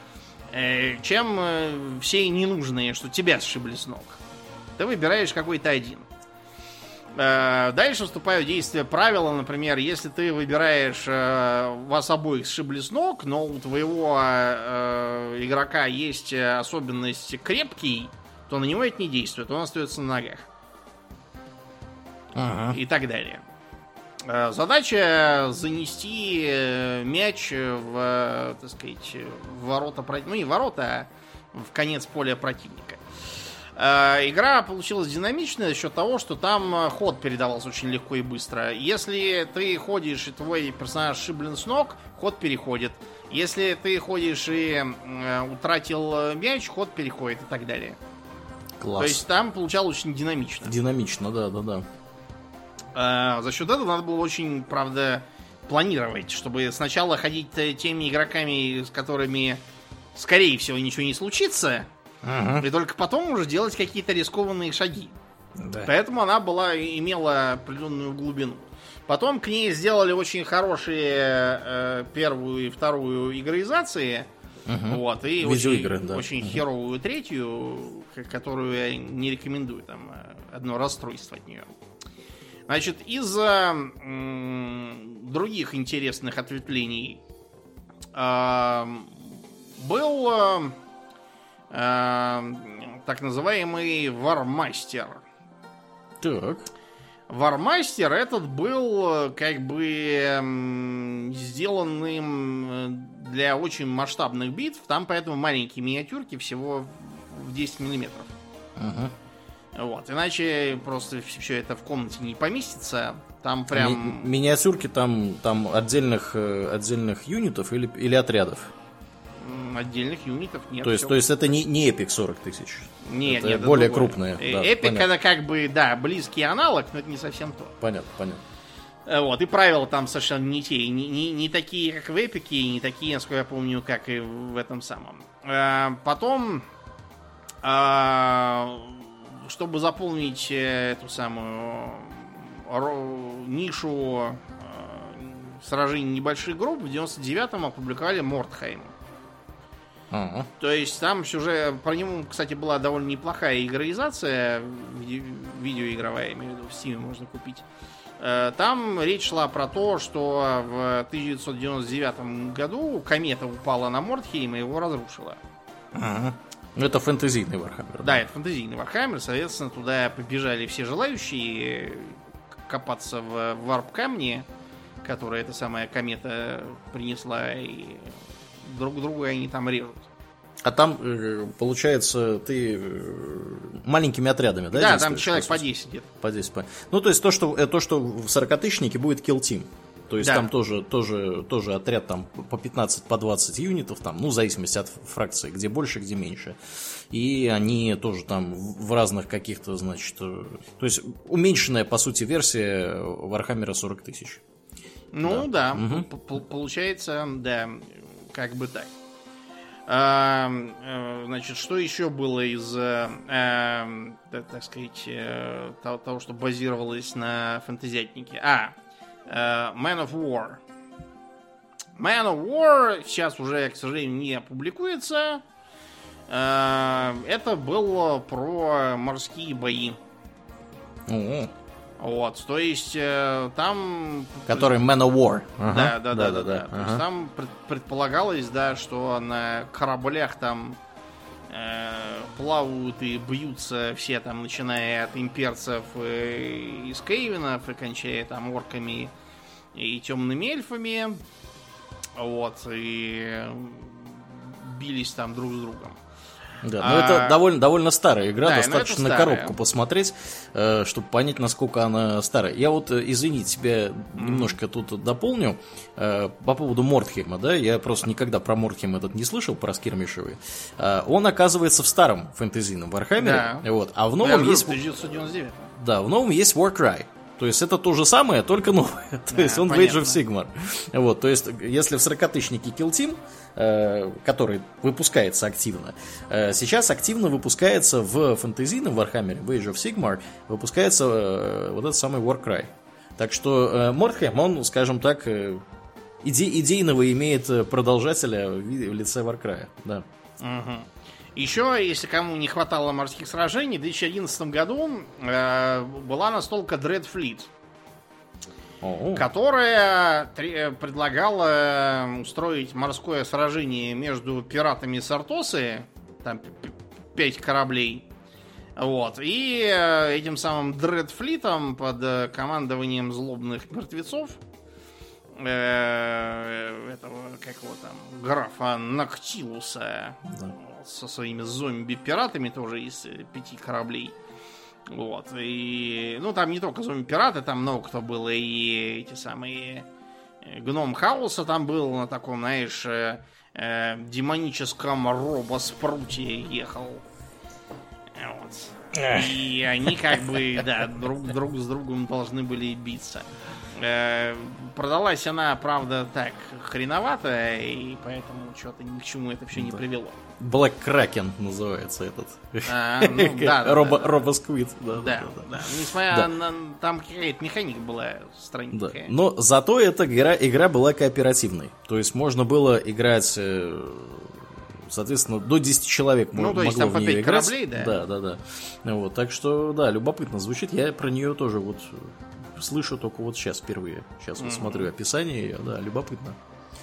Чем все ненужные, что тебя сшибли с ног. Ты выбираешь какой-то один. Дальше вступают в действие правила, например, если ты выбираешь вас обоих сшибли с ног, но у твоего игрока есть особенность крепкий, то на него это не действует, он остается на ногах. Ага. И так далее. Задача занести мяч в, так сказать, в ворота противника. Ну, не в ворота, а в конец поля противника. Игра получилась динамичная за счет того, что там ход передавался очень легко и быстро. Если ты ходишь и твой персонаж сшиблен с ног, ход переходит. Если ты ходишь и утратил мяч, ход переходит и так далее. Класс. То есть там получалось очень динамично. Динамично, да, да, да. А, за счет этого надо было очень, правда, планировать, чтобы сначала ходить теми игроками, с которыми, скорее всего, ничего не случится, ага. и только потом уже делать какие-то рискованные шаги. Да. Поэтому она была, имела определенную глубину. Потом к ней сделали очень хорошие э, первую и вторую игроизации. Угу. Вот, и видеоигры, очень, да. очень угу. херовую третью, которую я не рекомендую. Там одно расстройство от нее. Значит, из м- других интересных ответвлений э, был э, э, так называемый Вармастер. Так. Вармастер этот был как бы э, сделанным для очень масштабных битв. Там поэтому маленькие миниатюрки, всего в десять миллиметров. Ага. Вот, иначе просто все это в комнате не поместится. Там прям... Ми- миниатюрки там, там отдельных, отдельных юнитов или, или отрядов? Отдельных юнитов нет. То есть, то есть это не, не Epic сорок тысяч? Нет, это нет. более это крупные. Да, Epic понятно. это как бы, да, близкий аналог, но это не совсем то. Понятно, понятно. Вот, и правила там совершенно не те. Не, не, не такие, как в Epic, и не такие, насколько я помню, как и в этом самом. Потом... Чтобы заполнить эту самую нишу сражений небольших групп, в девяносто девятом опубликовали Мордхайм. Ага. То есть там сюжет... Про него, кстати, была довольно неплохая игроизация, виде- видеоигровая, я имею в виду, в Steam можно купить. Там речь шла про то, что в тысяча девятьсот девяносто девятом году комета упала на Мордхейм и его разрушила. Ага. Ну, это фэнтезийный Warhammer. Да, это фэнтезийный Warhammer, соответственно, туда побежали все желающие копаться в варп-камне, который эта самая комета принесла, и друг друга они там режут. А там, получается, ты маленькими отрядами, да? Да, там человек по десять где-то. По десять. По... Ну, то есть то, что, то, что в сорокатысячнике будет Kill Team. То есть да. Там тоже, тоже, тоже отряд там по пятнадцать, по двадцать юнитов, там, ну, в зависимости от фракции, где больше, где меньше. И они тоже там в разных каких-то, значит... То есть уменьшенная, по сути, версия Warhammer сорок тысяч. Ну, да, да. Угу. Получается, да, как бы так. А, значит, что еще было из, а, так сказать, того, того, что базировалось на фэнтезиатнике? А, Man of War. Man of War сейчас уже, к сожалению, не публикуется. Это было про морские бои. Mm-hmm. Вот, то есть там... Который Man of War. Uh-huh. Да, да, да, да, да. да. Uh-huh. То есть там предполагалось, да, что на кораблях там э, плавают и бьются все там, начиная от имперцев и, и скейвенов, и кончая там орками и темными эльфами. Вот, и бились там друг с другом. Да, но а... это довольно, довольно старая игра, да, достаточно на коробку посмотреть, э, чтобы понять, насколько она старая. Я вот, извини, тебя mm-hmm. немножко тут дополню э, по поводу Мордхейма, да, я просто никогда про Мордхейм этот не слышал, про скирмишевый. Э, он оказывается в старом фэнтезийном Вархаммере, да. Вот, а в новом да, есть... тысяча девятьсот девяносто девятый. Да, в новом есть Warcry. То есть это то же самое, только новое. То есть он в Age of Sigmar. Вот, то есть если в сорокатысячнике Kill Team, э, который выпускается активно, э, сейчас активно выпускается в фэнтезийном Warhammer, в Age of Sigmar, выпускается э, вот этот самый Warcry. Так что э, Мордхейм, он, скажем так, э, иде- идейного имеет продолжателя в, виде, в лице Warcry. Да. Угу. Еще, если кому не хватало морских сражений, в две тысячи одиннадцатом году э, была настолка Dread Fleet, oh. которая тр- предлагала устроить морское сражение между пиратами Сартосы, там пять кораблей, вот, и э, этим самым Dread Fleet'ом под командованием злобных мертвецов, э, этого, как его там, графа Ноктилуса, да. Со своими зомби-пиратами тоже из пяти кораблей. Вот. И, ну, там не только зомби-пираты, там много кто был. И эти самые гном Хаоса там был на таком, знаешь, э, э, демоническом робоспруте ехал. Вот. И они как бы, да, друг, друг с другом должны были биться. Э, продалась она, правда, так, хреновато, и поэтому что-то ни к чему это все не привело. Black Kraken называется этот. А, ну, да, да, Робо, да. Робосквид. Да, да, да, да, да. Несмотря да. на... Там какая-то механика была странненькая. Да. Но зато эта игра, игра была кооперативной. То есть можно было играть... Соответственно, до десяти человек ну, могло то есть, в там по нее пять играть. Кораблей, да? Да, да, да. Вот, так что, да, любопытно звучит. Я про нее тоже вот слышу только вот сейчас впервые. Сейчас mm-hmm. вот смотрю описание ее, да, любопытно.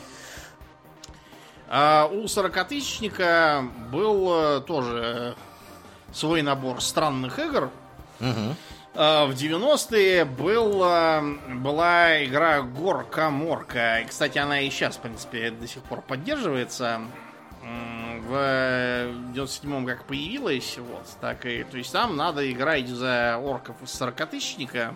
А у сорокатысячника был тоже свой набор странных игр. Угу. А в девяностые был, была игра Горка-Морка. И, кстати, она и сейчас, в принципе, до сих пор поддерживается. В девяносто седьмом как появилась, вот, так и... То есть там надо играть за орков из сорокатысячника.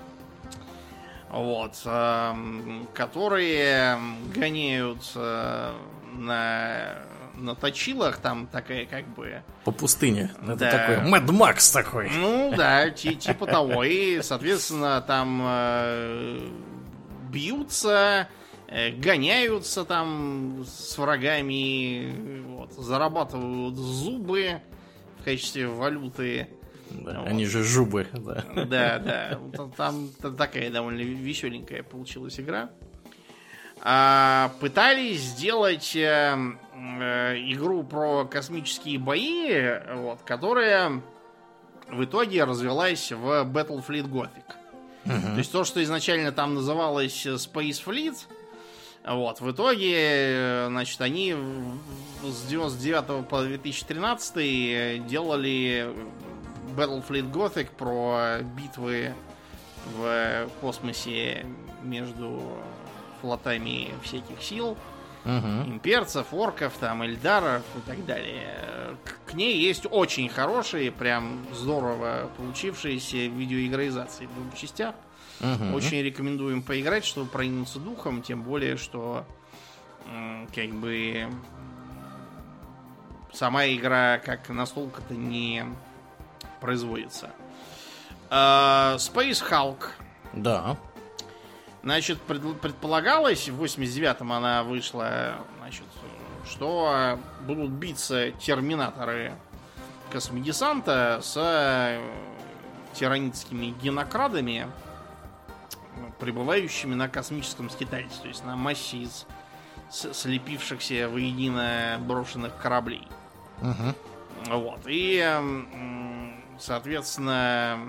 Вот. Которые гоняют... На, на точилах, там такая как бы... По пустыне. Да. Это такой Мэд Макс такой. Ну да, типа того. И, соответственно, там э, бьются, э, гоняются там с врагами, вот, зарабатывают зубы в качестве валюты. Да, вот. Они же жубы. Да, да. да. Там, там такая довольно веселенькая получилась игра. А, пытались сделать э, э, игру про космические бои, вот, которая в итоге развилась в Battlefleet Gothic. Uh-huh. То есть то, что изначально там называлось Space Fleet, вот, в итоге, значит, они с девяносто девятого по две тысячи тринадцатый делали Battlefleet Gothic про битвы в космосе между флотами всяких сил, uh-huh. имперцев, орков, там, эльдаров и так далее. К, к ней есть очень хорошие, прям здорово получившиеся видеоигроизации в двух частях. Uh-huh. Очень рекомендуем поиграть, чтобы проникнуться духом, тем более, что м, как бы сама игра как настолка-то не производится. Uh, Space Hulk. Да. Значит, пред, предполагалось, в восемьдесят девятом она вышла, значит, что будут биться терминаторы космодесанта с тиранитскими генокрадами, прибывающими на космическом скитальце, то есть на массе из слепившихся воедино брошенных кораблей. Угу. Вот. И, соответственно,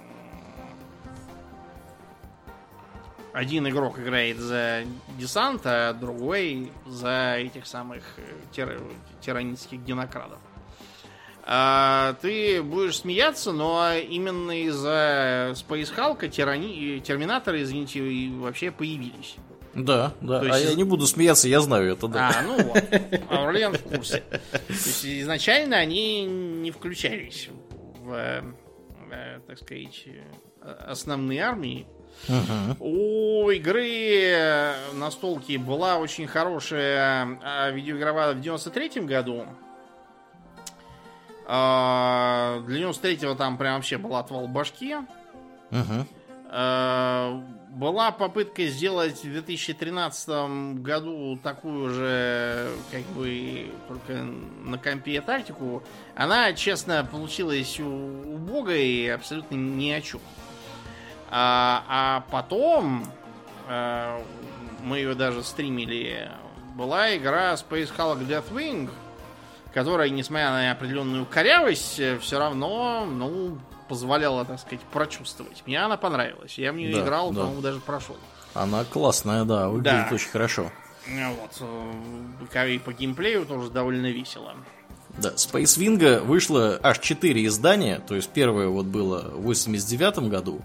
один игрок играет за десант, а другой за этих самых тир... тиранитских генокрадов. А ты будешь смеяться, но именно из-за Space Hulk тирани... терминаторы, извините, вообще появились. Да, да. То а есть... я не буду смеяться, я знаю это, да. А, ну вот. Аурлиен в курсе. То есть изначально они не включались в, в, так сказать, основные армии. Uh-huh. У игры настолки была очень хорошая видеоигровая в девяносто третьем году. Для девяносто третьего там прям вообще был отвал башки. Uh-huh. Была попытка сделать в две тысячи тринадцатом году такую же, как бы, только на компе тактику. Она, честно, получилась убогой и абсолютно ни о чем. А, а потом а, мы ее даже стримили. Была игра Space Hulk Deathwing, которая, несмотря на определенную корявость, все равно, ну, позволяла, так сказать, прочувствовать. Мне она понравилась. Я в нее да, играл, да. По-моему, даже прошел. Она классная, да, выглядит да. очень хорошо. Вот. И по геймплею тоже довольно весело. Да, Space Wing вышло аж четыре издания. То есть первое вот было в восемьдесят девятом году.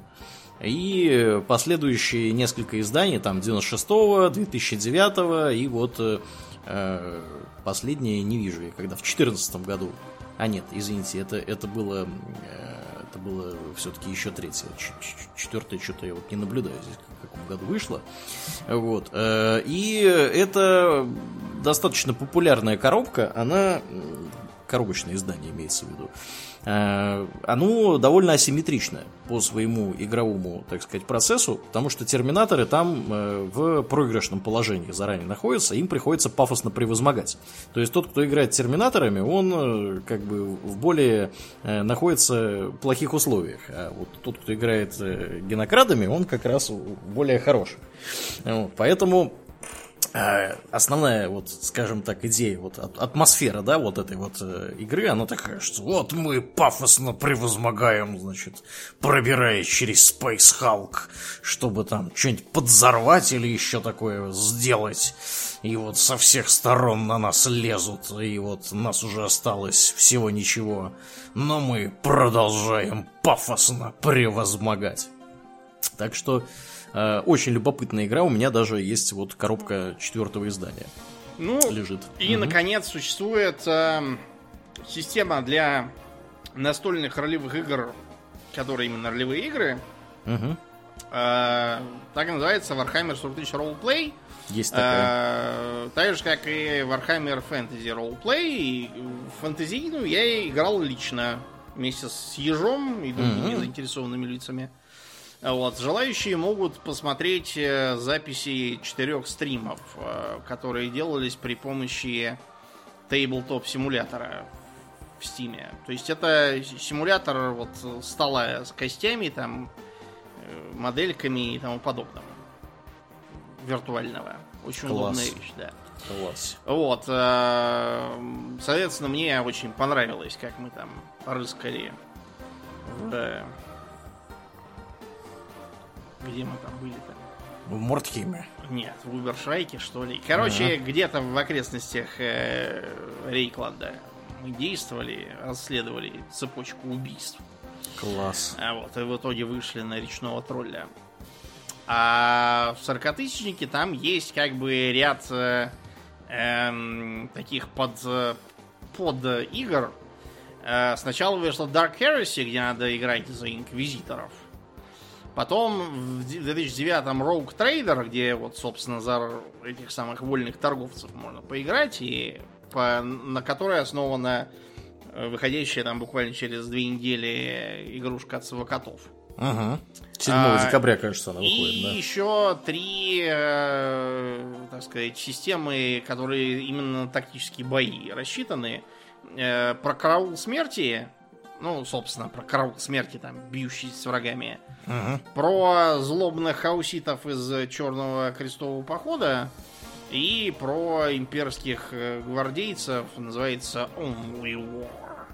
И последующие несколько изданий, там, девяносто шестого, две тысячи девятого, и вот э, последнее не вижу я, когда в четырнадцатом году. А нет, извините, это, это было, э, это было все-таки еще третье. Четвертое что-то я вот не наблюдаю здесь, в каком году вышло. Вот. Э, и это достаточно популярная коробка, она... Коробочное издание имеется в виду. Оно довольно асимметричное по своему игровому, так сказать, процессу, потому что терминаторы там в проигрышном положении заранее находятся, им приходится пафосно превозмогать. То есть тот, кто играет терминаторами, он как бы в более находится в плохих условиях, а вот тот, кто играет генокрадами, он как раз более хороший. Вот, поэтому основная, вот, скажем так, идея, вот, атмосфера, да, вот этой вот э, игры, она такая, что вот мы пафосно превозмогаем, значит, пробираясь через Space Hulk, чтобы там что-нибудь подзорвать или еще такое сделать. И вот со всех сторон на нас лезут, и вот нас уже осталось всего ничего, но мы продолжаем пафосно превозмогать. Так что э, очень любопытная игра. У меня даже есть вот коробка четвертого издания. Ну, лежит. И, угу. наконец, существует э, система для настольных ролевых игр, которые именно ролевые игры. Угу. Э, так и называется Warhammer сорок тысяч Roleplay. Есть такое. Э, так же, как и Warhammer Fantasy Roleplay. И фэнтезийную я играл лично вместе с Ежом и другими угу. заинтересованными лицами. Вот. Желающие могут посмотреть записи четырех стримов, которые делались при помощи Tabletop симулятора в Steam. То есть это симулятор вот стола с костями, там, модельками и тому подобным. виртуального. Очень Класс. удобная вещь, да. Класс. Вот, э, соответственно, мне очень понравилось, как мы там рыскали в... Где мы там были-то? В Мордхейме. Нет, в Убершвайке, что ли. Короче, ага. где-то в окрестностях э, Рейкланда мы действовали, расследовали цепочку убийств. Класс. А вот, и в итоге вышли на речного тролля. А в сорокатысячнике там есть как бы ряд э, э, таких под, под игр. Э, сначала вышла Dark Heresy, где надо играть за инквизиторов. Потом в две тысячи девятом Rogue Trader, где вот, собственно, за этих самых вольных торговцев можно поиграть, и по, на которой основана выходящая там буквально через две недели игрушка от Совокотов. Ага. седьмого декабря, кажется, она выходит, и да. И еще три, э, так сказать, системы, которые именно на тактические бои рассчитаны. Э, про караул смерти, ну, собственно, про караул смерти, там, бьющийся с врагами. Ага. Про злобных хауситов из Черного крестового похода. И про имперских гвардейцев, называется Only War.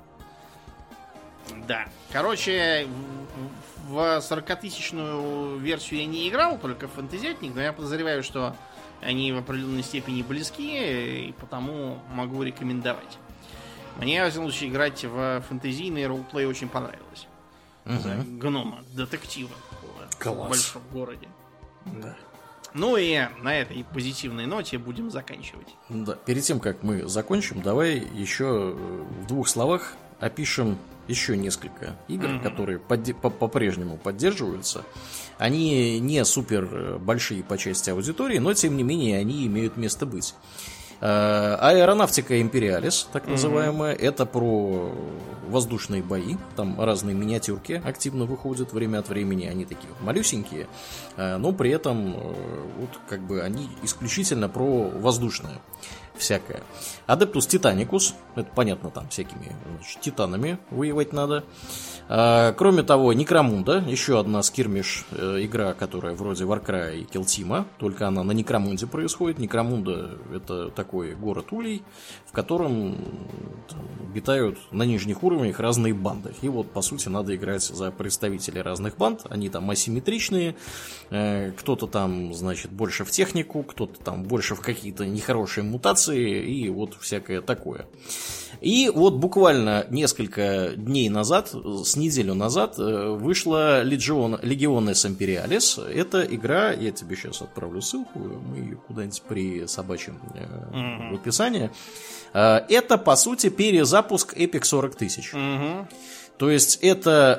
Да. Короче, в сорокатысячную версию я не играл, только фэнтезиатник, но я подозреваю, что они в определенной степени близки, и потому могу рекомендовать. Мне, во всяком случае, играть в фэнтезийный ролплей очень понравилось. Угу. За гнома, детектива такого в большом городе. Да. Ну и на этой позитивной ноте будем заканчивать. Да. Перед тем, как мы закончим, давай еще в двух словах опишем еще несколько игр, mm-hmm. которые под, по, по-прежнему поддерживаются. Они не супер большие по части аудитории, но тем не менее они имеют место быть. Аэронавтика Империалис, так называемая, mm-hmm. это про воздушные бои. Там разные миниатюрки активно выходят время от времени. Они такие малюсенькие, но при этом вот как бы они исключительно про воздушное всякое. Адептус Титаникус, это понятно, там всякими, значит, титанами воевать надо. А, кроме того, Некромунда, еще одна скирмиш э, игра, которая вроде Warcry и Килтима, только она на Некромунде происходит. Некромунда — это такой город улей, в котором там обитают на нижних уровнях разные банды. И вот, по сути, надо играть за представителей разных банд. Они там асимметричные, э, кто-то там, значит, больше в технику, кто-то там больше в какие-то нехорошие мутации и вот всякое такое. И вот буквально несколько дней назад, с неделю назад, вышла Legion, Legiones Imperialis. Это игра, я тебе сейчас отправлю ссылку, мы ее куда-нибудь присобачим mm-hmm. в описании. Это, по сути, перезапуск Epic сорок тысяч. Mm-hmm. То есть это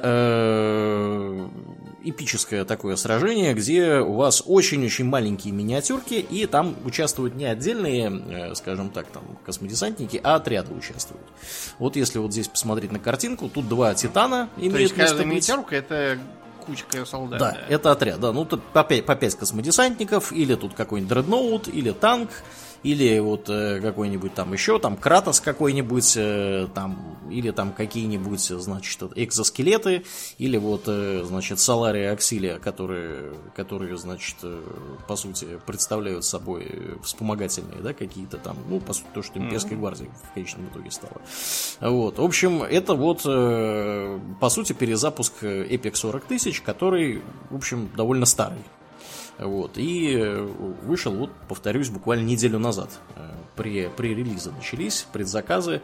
э, эпическое такое сражение, где у вас очень-очень маленькие миниатюрки, и там участвуют не отдельные, э, скажем так, там космодесантники, а отряды участвуют. Вот если вот здесь посмотреть на картинку, тут два титана имеют место быть. То есть каждая миниатюрка — это кучка солдат. Да, да, это отряд, да. Ну тут по пять, по пять космодесантников, или тут какой-нибудь дредноут, или танк. Или вот э, какой-нибудь там еще, там Кратос какой-нибудь, э, там, или там какие-нибудь, значит, экзоскелеты, или вот, э, значит, Солария Аксилия, которые, которые, значит, э, по сути, представляют собой вспомогательные, да, какие-то там, ну, по сути, то, что имперской гвардии в конечном итоге стало. Вот, в общем, это вот, э, по сути, перезапуск Epic сорок тысяч, который, в общем, довольно старый. Вот, и вышел, вот, повторюсь, буквально неделю назад. При, при релизе начались предзаказы.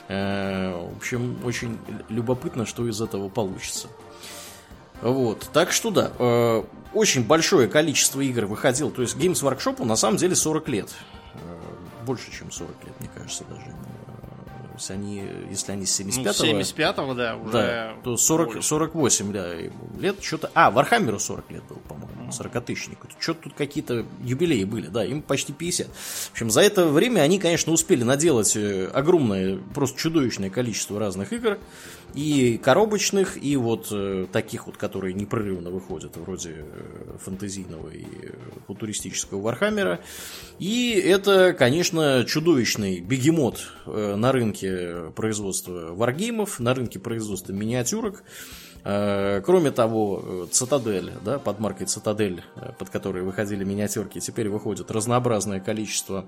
В общем, очень любопытно, что из этого получится. Вот, так что да, очень большое количество игр выходило. То есть Games Workshop на самом деле сорок лет. Больше, чем сорок лет, мне кажется, даже. Они, если они с семьдесят пятого... Ну, семьдесят пятого, да, уже... Да, то сорок, сорок восемь, да, лет, что-то... А, Вархаммеру сорок лет был, по-моему, сорокатысячнику. Что-то тут какие-то юбилеи были, да, им почти пятьдесят. В общем, за это время они, конечно, успели наделать огромное, просто чудовищное количество разных игр. И коробочных, и вот э, таких вот, которые непрерывно выходят, вроде э, фэнтезийного и футуристического Вархаммера. И это, конечно, чудовищный бегемот э, на рынке производства варгеймов, на рынке производства миниатюрок. Кроме того, Цитадель, да, под маркой Цитадель, под которой выходили миниатюрки, теперь выходит разнообразное количество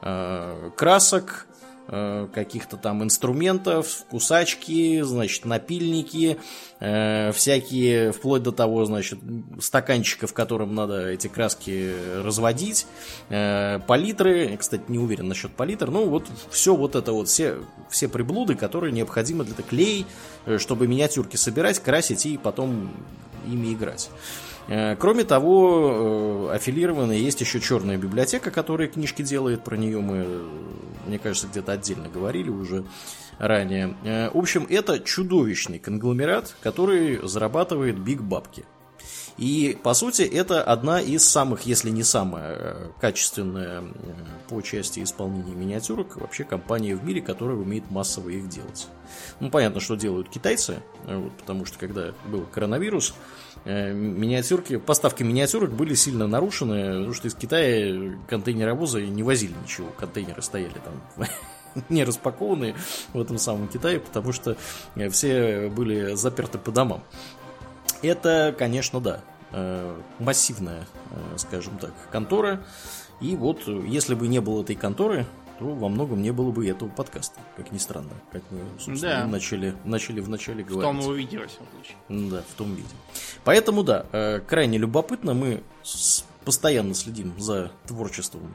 красок, каких-то там инструментов, кусачки, значит, напильники, э, всякие, вплоть до того, значит, стаканчиков, которым надо эти краски разводить, э, палитры, кстати, не уверен насчет палитр, ну вот все вот это вот, все, все приблуды, которые необходимы для того, клей, чтобы миниатюрки собирать, красить и потом ими играть. Кроме того, аффилированная есть еще черная библиотека, которая книжки делает, про нее мы, мне кажется, где-то отдельно говорили уже ранее. В общем, это чудовищный конгломерат, который зарабатывает биг-бабки. И, по сути, это одна из самых, если не самая качественная по части исполнения миниатюрок вообще компания в мире, которая умеет массово их делать. Ну, понятно, что делают китайцы, вот, потому что когда был коронавирус, миниатюрки, поставки миниатюрок были сильно нарушены, потому что из Китая контейнеровозы не возили ничего, контейнеры стояли там не распакованные в этом самом Китае, потому что все были заперты по домам. Это, конечно, да, массивная, скажем так, контора. И вот, если бы не было этой конторы, то во многом не было бы этого подкаста, как ни странно, как мы, собственно, да. начали, начали вначале говорить. В том виде, во всяком случае. Да, в том виде. Поэтому, да, крайне любопытно, мы постоянно следим за творчеством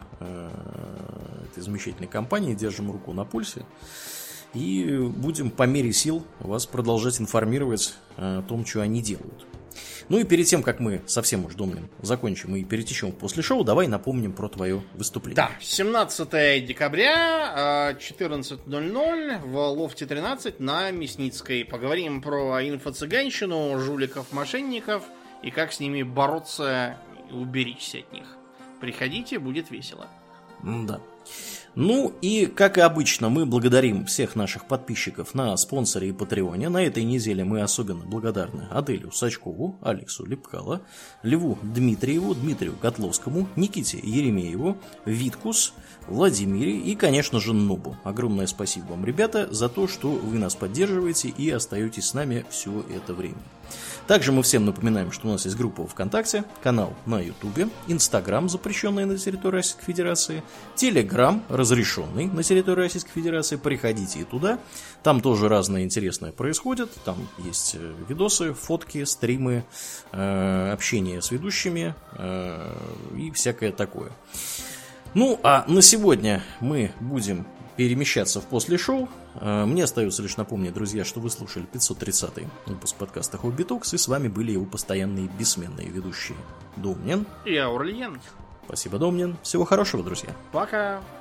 этой замечательной компании, держим руку на пульсе. И будем по мере сил вас продолжать информировать о том, что они делают. Ну и перед тем, как мы совсем уж, Домнин, закончим и перетечем после шоу, давай напомним про твое выступление. Да, семнадцатого декабря, четырнадцать ноль ноль в Лофте тринадцать на Мясницкой. Поговорим про инфо-цыганщину, жуликов-мошенников и как с ними бороться и уберечься от них. Приходите, будет весело. Да. Ну и, как и обычно, мы благодарим всех наших подписчиков на спонсоре и патреоне. На этой неделе мы особенно благодарны Аделю Сачкову, Алексу Лепкало, Льву Дмитриеву, Дмитрию Котловскому, Никите Еремееву, Виткус, Владимире и, конечно же, Нубу. Огромное спасибо вам, ребята, за то, что вы нас поддерживаете и остаетесь с нами все это время. Также мы всем напоминаем, что у нас есть группа ВКонтакте, канал на Ютубе, Инстаграм, запрещенный на территории Российской Федерации, Телеграм, разрешенный на территории Российской Федерации. Приходите и туда. Там тоже разное интересное происходит. Там есть видосы, фотки, стримы, э, общение с ведущими э, и всякое такое. Ну, а на сегодня мы будем перемещаться в после шоу. Мне остается лишь напомнить, друзья, что вы слушали пятьсот тридцатый выпуск подкаста Хобби Токс, и с вами были его постоянные бессменные ведущие Домнин и Аурлиен. Спасибо, Домнин. Всего хорошего, друзья. Пока.